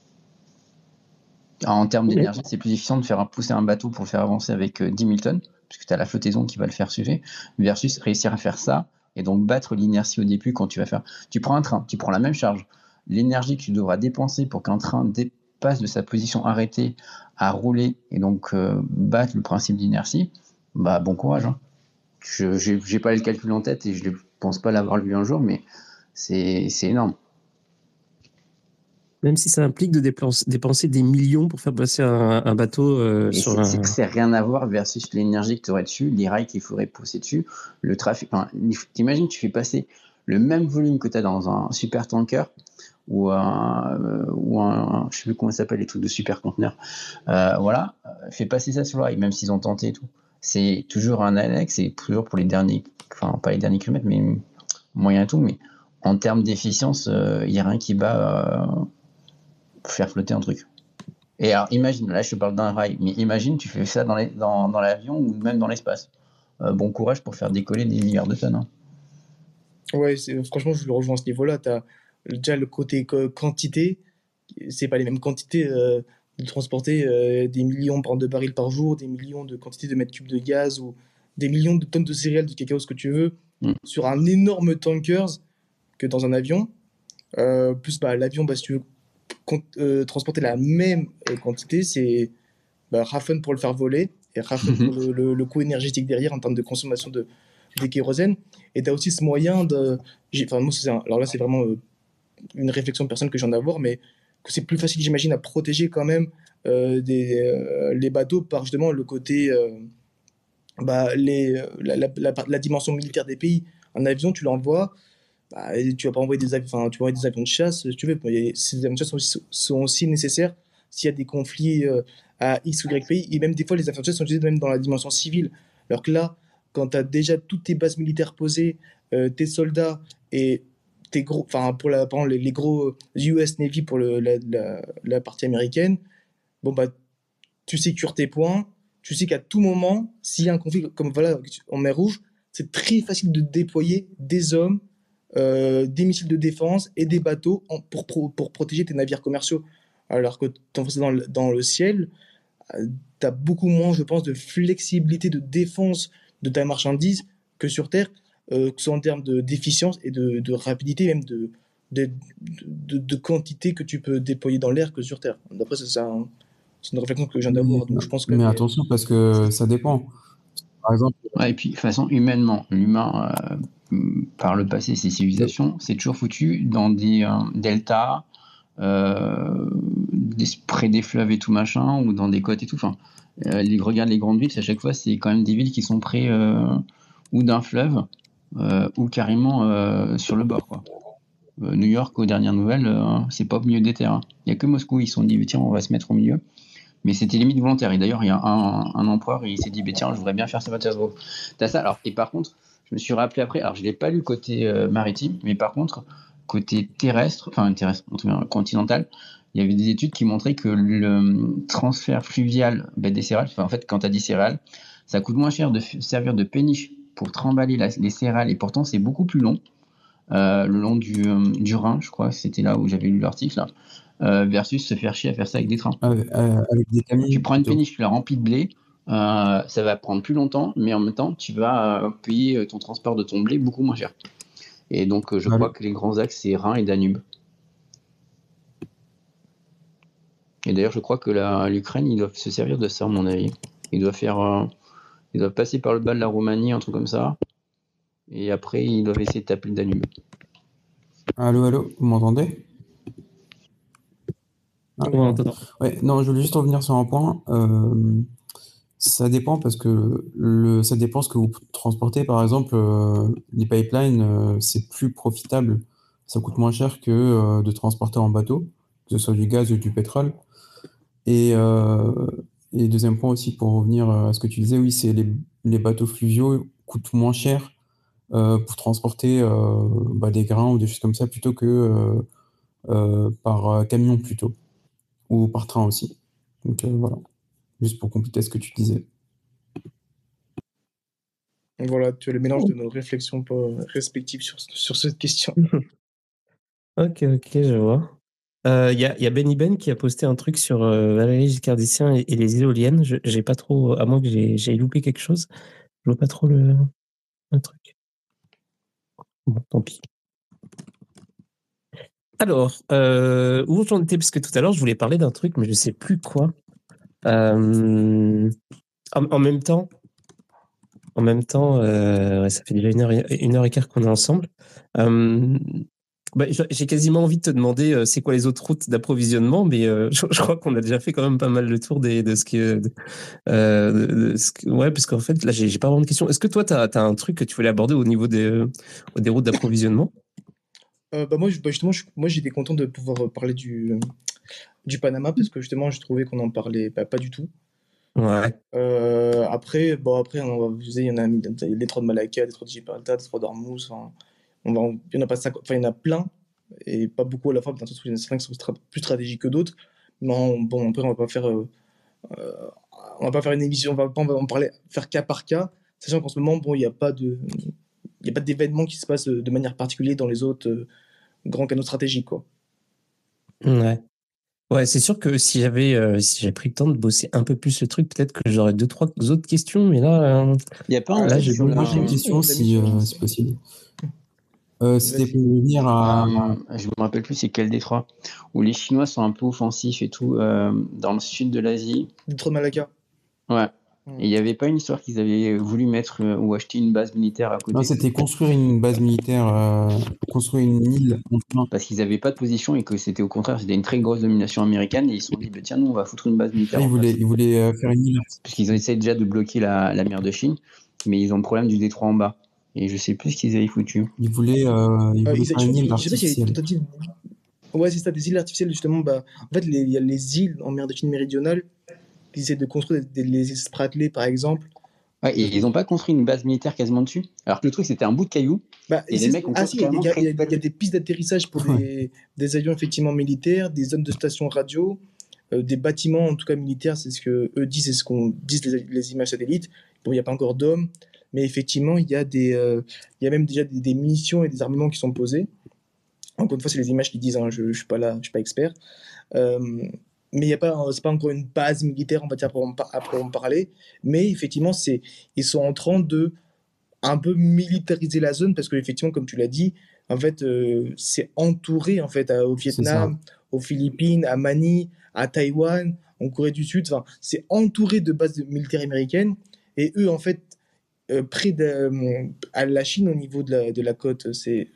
En termes d'énergie, c'est plus efficient de faire pousser un bateau pour le faire avancer avec 10 000 tonnes, puisque tu as la flottaison qui va le faire suivre, versus réussir à faire ça et donc battre l'inertie au début quand tu vas faire. Tu prends un train, tu prends la même charge. L'énergie que tu devras dépenser pour qu'un train dépasse de sa position arrêtée à rouler et donc battre le principe d'inertie, bah bon courage. Hein. Je n'ai pas le calcul en tête et je ne pense pas l'avoir lu un jour, mais c'est énorme. Même si ça implique de dépenser des millions pour faire passer un bateau sur un... C'est que c'est rien à voir versus l'énergie que tu aurais dessus, les rails qu'il faudrait pousser dessus, le trafic. Enfin, t'imagines, tu fais passer le même volume que tu as dans un super tanker ou un je sais plus comment ça s'appelle, les trucs de super conteneurs. Voilà, fais passer ça sur le rail, même s'ils ont tenté et tout. C'est toujours un annexe, c'est toujours pour les derniers, enfin pas les derniers kilomètres, mais moyen et tout, mais en termes d'efficience, il n'y a rien qui bat faire flotter un truc. Et alors, imagine, là je te parle d'un rail, mais imagine, tu fais ça dans l'avion ou même dans l'espace. Bon courage pour faire décoller des milliards de tonnes. Hein. Ouais, franchement, je le rejoins à ce niveau-là. Tu as déjà le côté quantité, c'est pas les mêmes quantités de transporter des millions de barils par jour, des millions de quantités de mètres cubes de gaz ou des millions de tonnes de céréales, de cacao, ce que tu veux, sur un énorme tankers que dans un avion. Plus l'avion, si tu veux transporter la même quantité, c'est Rafun pour le faire voler et Rafun pour le coût énergétique derrière en termes de consommation de kérosène. Et tu as aussi ce moyen de. Moi, alors là, c'est vraiment une réflexion personnelle que j'en ai à avoir, mais que c'est plus facile, j'imagine, à protéger quand même les bateaux par justement le côté. La dimension militaire des pays. Un avion, tu l'envoies. Tu vas pas envoyer des avions, tu vas envoyer des avions de chasse, si tu veux. Ces avions de chasse sont aussi nécessaires s'il y a des conflits à X ou Y pays. Et même des fois, les avions de chasse sont utilisés même dans la dimension civile. Alors que là, quand tu as déjà toutes tes bases militaires posées, tes soldats et tes gros, par exemple, les gros US Navy pour la partie américaine, bon, tu sécures tes points. Tu sais qu'à tout moment, s'il y a un conflit comme voilà, en mer Rouge, c'est très facile de déployer des hommes, des missiles de défense et des bateaux pour protéger tes navires commerciaux. Alors que t'enfonces dans le ciel, tu as beaucoup moins, je pense, de flexibilité de défense de ta marchandise que sur Terre, que ce soit en termes d'efficience et de rapidité, même de quantité que tu peux déployer dans l'air que sur Terre. D'après, c'est une réflexion que je viens d'avoir. Donc je pense que Mais attention, parce que ça dépend. Par exemple, Ouais, et puis, de toute façon, humainement, l'humain, par le passé, ses civilisations, c'est toujours foutu dans des deltas, près des fleuves et tout machin, ou dans des côtes et tout. Enfin, regarde les grandes villes, à chaque fois, c'est quand même des villes qui sont près ou d'un fleuve, ou carrément sur le bord, quoi. New York, aux dernières nouvelles, c'est pas au milieu des terres. Il n'y a que Moscou, ils se sont dit, tiens, on va se mettre au milieu. Mais c'était limite volontaire. Et d'ailleurs, il y a un empereur, il s'est dit, tiens, je voudrais bien faire Saint-Pétersbourg. T'as ça. Alors, et par contre, je me suis rappelé après, alors je ne l'ai pas lu côté maritime, mais par contre, côté terrestre, en tout cas continental, il y avait des études qui montraient que le transfert fluvial des céréales, en fait, quand tu as des céréales, ça coûte moins cher de servir de péniche pour trimballer les céréales, et pourtant, c'est beaucoup plus long. Le long du Rhin, je crois, c'était là où j'avais lu l'article, là. Versus se faire chier à faire ça avec des trains. avec des camions. Tu prends une plutôt. péniche, tu la remplis de blé, ça va prendre plus longtemps, mais en même temps, tu vas payer ton transport de ton blé beaucoup moins cher. Et donc, je crois que les grands axes, c'est Rhin et Danube. Et d'ailleurs, je crois que l'Ukraine, ils doivent se servir de ça, à mon avis. Ils doivent passer par le bas de la Roumanie, un truc comme ça. Et après, ils doivent essayer de taper le Danube. Allô, vous m'entendez? Ah, Ouais, on t'entend. ouais, non, je voulais juste revenir sur un point. Ça dépend parce que ça dépend ce que vous transportez. Par exemple, les pipelines, c'est plus profitable. Ça coûte moins cher que de transporter en bateau, que ce soit du gaz ou du pétrole. Et, euh, et deuxième point aussi, pour revenir à ce que tu disais, oui, c'est les bateaux fluviaux coûtent moins cher pour transporter des grains ou des choses comme ça plutôt que par camion plutôt, ou par train aussi. Donc voilà, juste pour compléter ce que tu disais. Donc voilà, tu as le mélange de nos réflexions respectives sur cette question. Ok, je vois. Y a Benny Ben qui a posté un truc sur Valéry Giscard d'Estaing et les éoliennes. J'ai pas trop, à moins que j'ai loupé quelque chose, je vois pas trop le truc. Bon, tant pis. Alors, où j'en étais? Parce que tout à l'heure, je voulais parler d'un truc, mais je sais plus quoi. En même temps, ouais, ça fait déjà une heure et quart qu'on est ensemble. J'ai quasiment envie de te demander c'est quoi les autres routes d'approvisionnement, mais je crois qu'on a déjà fait quand même pas mal le tour de ce que. Ouais, parce qu'en fait, là, j'ai pas vraiment de questions. Est-ce que toi, tu as un truc que tu voulais aborder au niveau des routes d'approvisionnement? Justement, moi j'étais content de pouvoir parler du Panama parce que justement je trouvais qu'on en parlait pas du tout. Ouais. Après, vous savez, il y en a les détroits de Malacca, détroits de Gibraltar, détroits d'Ormuz. Enfin, il y en a pas 50, enfin il y en a plein et pas beaucoup à la fois. Dans le sens où il y en a certains qui sont plus stratégiques que d'autres. Non, bon, après euh, on va pas faire une émission, on va en parler, faire cas par cas, sachant qu'en ce moment, bon, il y a pas d'événement qui se passe de manière particulière dans les autres grands canaux stratégiques, quoi. Ouais. Ouais, c'est sûr que si j'avais pris le temps de bosser un peu plus le truc, peut-être que j'aurais 2, 3 autres questions, mais là, Il n'y a pas un là, truc j'ai sur Moi, la. j'ai une question si possible. C'était Vas-y. pour revenir à. Je me rappelle plus c'est quel détroit où les Chinois sont un peu offensifs et tout dans le sud de l'Asie. Détroit de Malacca. Ouais. Et il n'y avait pas une histoire qu'ils avaient voulu mettre ou acheter une base militaire à Non, côté c'était construire une base militaire, construire une île en plein. parce qu'ils n'avaient pas de position et que c'était au contraire, c'était une très grosse domination américaine et ils se sont dit, bah, tiens, nous, on va foutre une base militaire Là, en place. ils voulaient faire une île. Parce qu'ils essaient déjà de bloquer la mer de Chine, mais ils ont le problème du détroit en bas. Et je sais plus ce qu'ils avaient foutu. Ils voulaient faire une île Je sais pas s'il y a une artificielle. tentative. Ouais, c'est ça, des îles artificielles, justement. En fait, il y a les îles en mer de Chine méridionale qui essaient de construire les îles Spratly, par exemple. Ouais, et ils n'ont pas construit une base militaire quasiment dessus. Alors que le truc, c'était un bout de caillou. Et les mecs ont Ah si, carrément il y a récupéré. des pistes d'atterrissage pour des avions effectivement militaires, des zones de station radio, des bâtiments en tout cas militaires, c'est ce que eux disent, c'est ce qu'on disent les images satellites. Bon, il n'y a pas encore d'hommes, mais effectivement, il y a même déjà des munitions et des armements qui sont posés. Encore une fois, c'est les images qui disent, hein, je suis pas là, je suis pas expert. Euh, mais c'est pas encore une base militaire, on va dire, pour en parler. Mais effectivement, ils sont en train de un peu militariser la zone parce que effectivement, comme tu l'as dit, en fait, c'est entouré en fait au C'est ça. Vietnam, aux Philippines, à Manille, à Taïwan, en Corée du Sud. Enfin, c'est entouré de bases militaires américaines et eux, en fait, près à la Chine au niveau de la côte,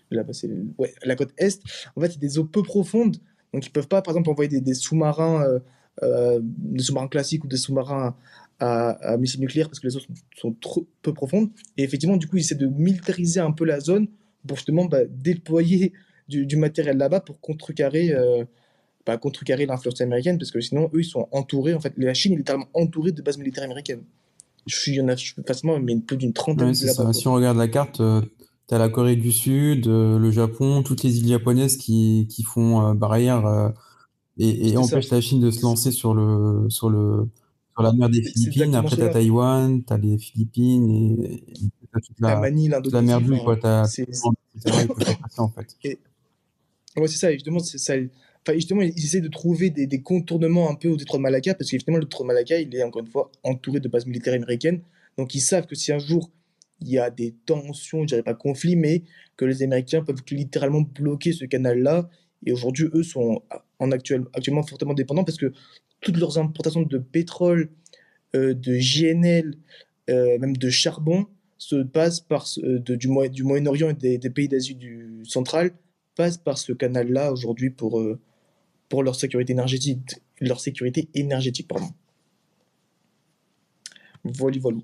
la côte est. En fait, c'est des eaux peu profondes, donc ils peuvent pas, par exemple, envoyer des sous-marins, des sous-marins classiques ou des sous-marins à missiles nucléaires parce que les eaux sont trop peu profondes. Et effectivement, du coup, ils essaient de militariser un peu la zone pour justement déployer du matériel là-bas pour contrecarrer l'influence américaine parce que sinon, eux, ils sont entourés. En fait, la Chine est littéralement entourée de bases militaires américaines. Il y en a facilement mais plus d'une trentaine Ouais, de c'est là-bas, ça. quoi. Si on regarde la carte, tu as la Corée du Sud, le Japon, toutes les îles japonaises qui font barrière et C'est ça. empêchent la Chine de se lancer sur la mer des C'est Philippines. exactement Après, tu as cela. Taïwan, tu as les Philippines et t'as À Manille, toute la mer l'Indonésie, bleue, enfin, quoi. T'as, c'est. etc. Ils peuvent pas passer, en fait. Et, ouais, c'est ça. Et justement, c'est ça. Enfin, justement, ils essaient de trouver des contournements un peu au détroit de Malacca, parce qu'effectivement, le détroit de Malacca, il est encore une fois entouré de bases militaires américaines. Donc, ils savent que si un jour il y a des tensions, je dirais pas conflits, mais que les Américains peuvent littéralement bloquer ce canal-là. Et aujourd'hui, eux sont actuellement fortement dépendants parce que toutes leurs importations de pétrole, de GNL, même de charbon, se passe du Moyen-Orient et des pays d'Asie centrale, passe par ce canal-là aujourd'hui pour leur sécurité énergétique, pardon. Voilà, voilà.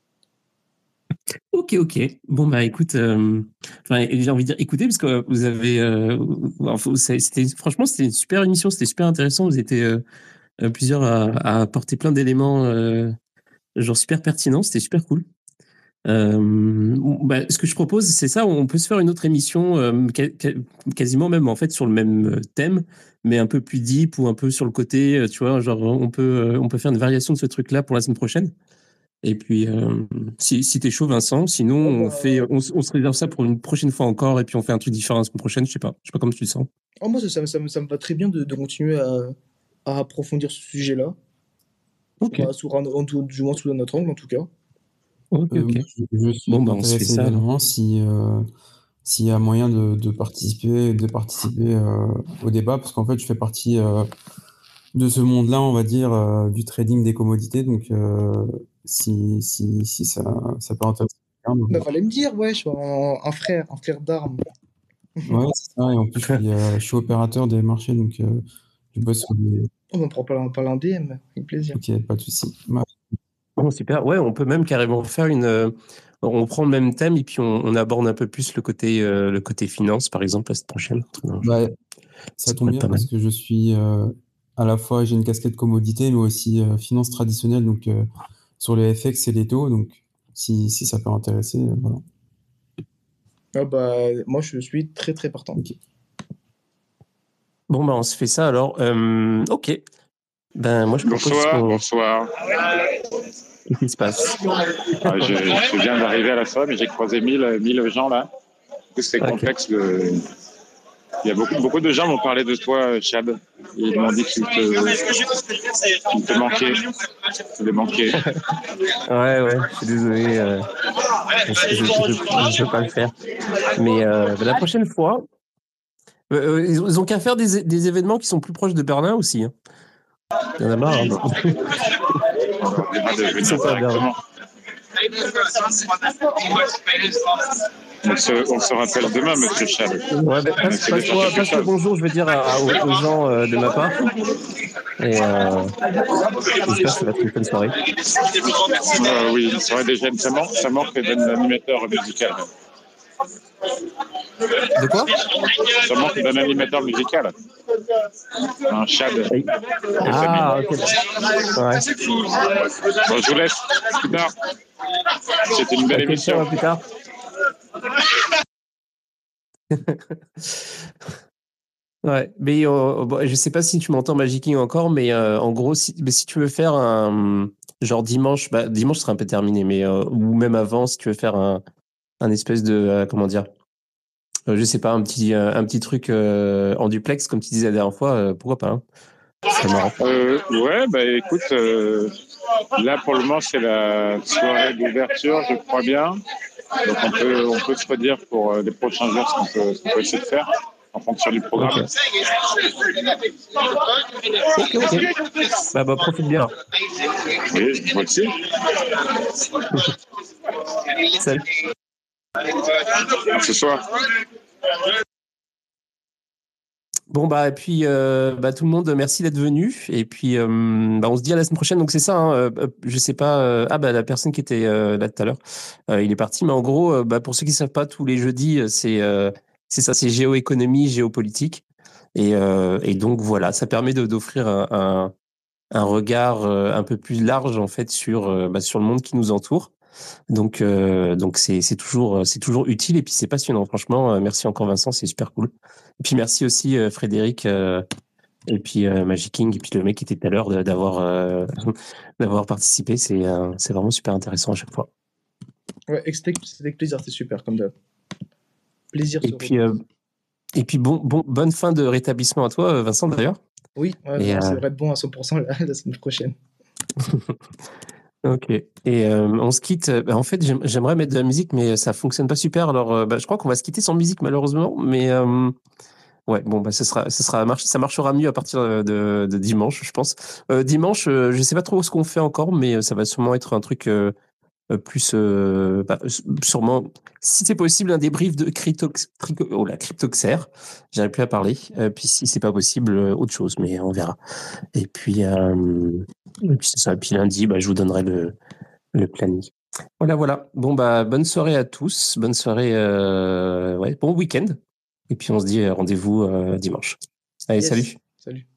Ok. Bon, bah écoute, j'ai envie de dire écoutez, parce que vous avez. Franchement, c'était une super émission, c'était super intéressant. Vous étiez plusieurs à apporter plein d'éléments, genre super pertinents, c'était super cool. Ce que je propose, c'est ça, on peut se faire une autre émission, quasiment même en fait sur le même thème, mais un peu plus deep ou un peu sur le côté, tu vois, genre on peut faire une variation de ce truc-là pour la semaine prochaine. Et puis, si t'es chaud, Vincent, sinon on se réserve ça pour une prochaine fois encore, et puis on fait un truc différent la semaine prochaine. Je sais pas comment tu te sens. Moi, ça me va très bien de continuer à approfondir ce sujet-là. Ok. Du moins sous notre angle, en tout cas. Ok. Je suis Bon, bah on se fait intéressé ça. également s'il y a moyen de participer au débat, parce qu'en fait, je fais partie de ce monde-là, on va dire, du trading des commodités. Donc, si ça peut intéresser quelqu'un, donc, Bah, fallait me dire, ouais, je suis un frère d'armes. ouais, c'est ça. Et en plus, je suis opérateur des marchés, donc je bosse sur des. On m'en prend pas l'un DM, avec plaisir. Ok, pas de souci. Ouais. Bon, super. Ouais, on peut même carrément faire on prend le même thème et puis on aborde un peu plus le côté finance, par exemple, la semaine prochaine. Bah, ça tombe bien parce que je suis à la fois, j'ai une casquette commodité, mais aussi finance traditionnelle, donc sur les FX et les taux. Donc, si ça peut intéresser, voilà. Ah bah, moi, je suis très très partant. Ok. Bon, bah, on se fait ça alors. Ok. Ben, moi, je propose Bonsoir. Qu'est-ce qui se passe? Je viens d'arriver à la soirée, mais j'ai croisé 1000 gens là. C'est complexe. Il y a beaucoup de gens m'ont parlé de toi, Chad. Ils m'ont dit que tu te manquais. Tu les manquais. Ouais, je suis désolé. Je peux pas le faire. Mais la prochaine fois, ils ont qu'à faire des événements qui sont plus proches de Berlin aussi. Hein. Il y en a marre. Hein. Ils sont pas à Berlin. On se rappelle demain, monsieur Chad. Ouais, passe le bonjour, je veux dire, aux gens de ma part. Et j'espère que ça va être une bonne soirée. Oui, une soirée des jeunes, ça manque d'un animateur musical. De quoi? Ça manque d'un animateur musical. Un Chad. Ah, ok. Ouais. Bon, je vous laisse. Plus tard. C'était une belle émission. Plus tard. Ouais, mais je sais pas si tu m'entends Magic King encore, mais en gros, si tu veux faire un genre dimanche sera un peu terminé, mais ou même avant, si tu veux faire un espèce de comment dire, je sais pas, un petit truc en duplex comme tu disais la dernière fois, pourquoi pas, hein. C'est marrant. Ouais, bah écoute, là pour le moment c'est la soirée d'ouverture, je crois bien. Donc on peut se redire pour les prochains jours ce qu'on peut essayer de faire en fonction du programme. Ok. Bah profite bien. Oui, moi aussi. Salut. À ce soir. Bon et puis tout le monde, merci d'être venu et puis on se dit à la semaine prochaine. Donc c'est ça, hein, je sais pas. La personne qui était là tout à l'heure, il est parti. Mais en gros, pour ceux qui savent pas, tous les jeudis, c'est ça, c'est géoéconomie, géopolitique et donc voilà, ça permet d'offrir un regard un peu plus large en fait sur le monde qui nous entoure. Donc c'est toujours utile et puis c'est passionnant. Franchement, merci encore Vincent, c'est super cool. Et puis merci aussi Frédéric et puis Magic King et puis le mec qui était tout à l'heure d'avoir participé. C'est vraiment super intéressant à chaque fois. Ouais, c'était avec plaisir, c'est super comme d'hab. Plaisir. Et puis bonne fin de rétablissement à toi Vincent d'ailleurs. Oui, ça devrait être bon à 100% la semaine prochaine. Ok. Et on se quitte. En fait, j'aimerais mettre de la musique, mais ça fonctionne pas super. Alors, je crois qu'on va se quitter sans musique, malheureusement. Mais ouais, bon, ça marchera mieux à partir de dimanche, je pense. Dimanche, je sais pas trop ce qu'on fait encore, mais ça va sûrement être un truc plus sûrement, si c'est possible, un débrief de Cryptoxer. J'arrive plus à parler. Puis si c'est pas possible, autre chose, mais on verra. Et puis c'est ça. Et puis lundi, je vous donnerai le planning. Voilà. Bon, bonne soirée à tous. Bonne soirée, bon week-end. Et puis on se dit rendez-vous dimanche. Allez, Yes. salut. Salut.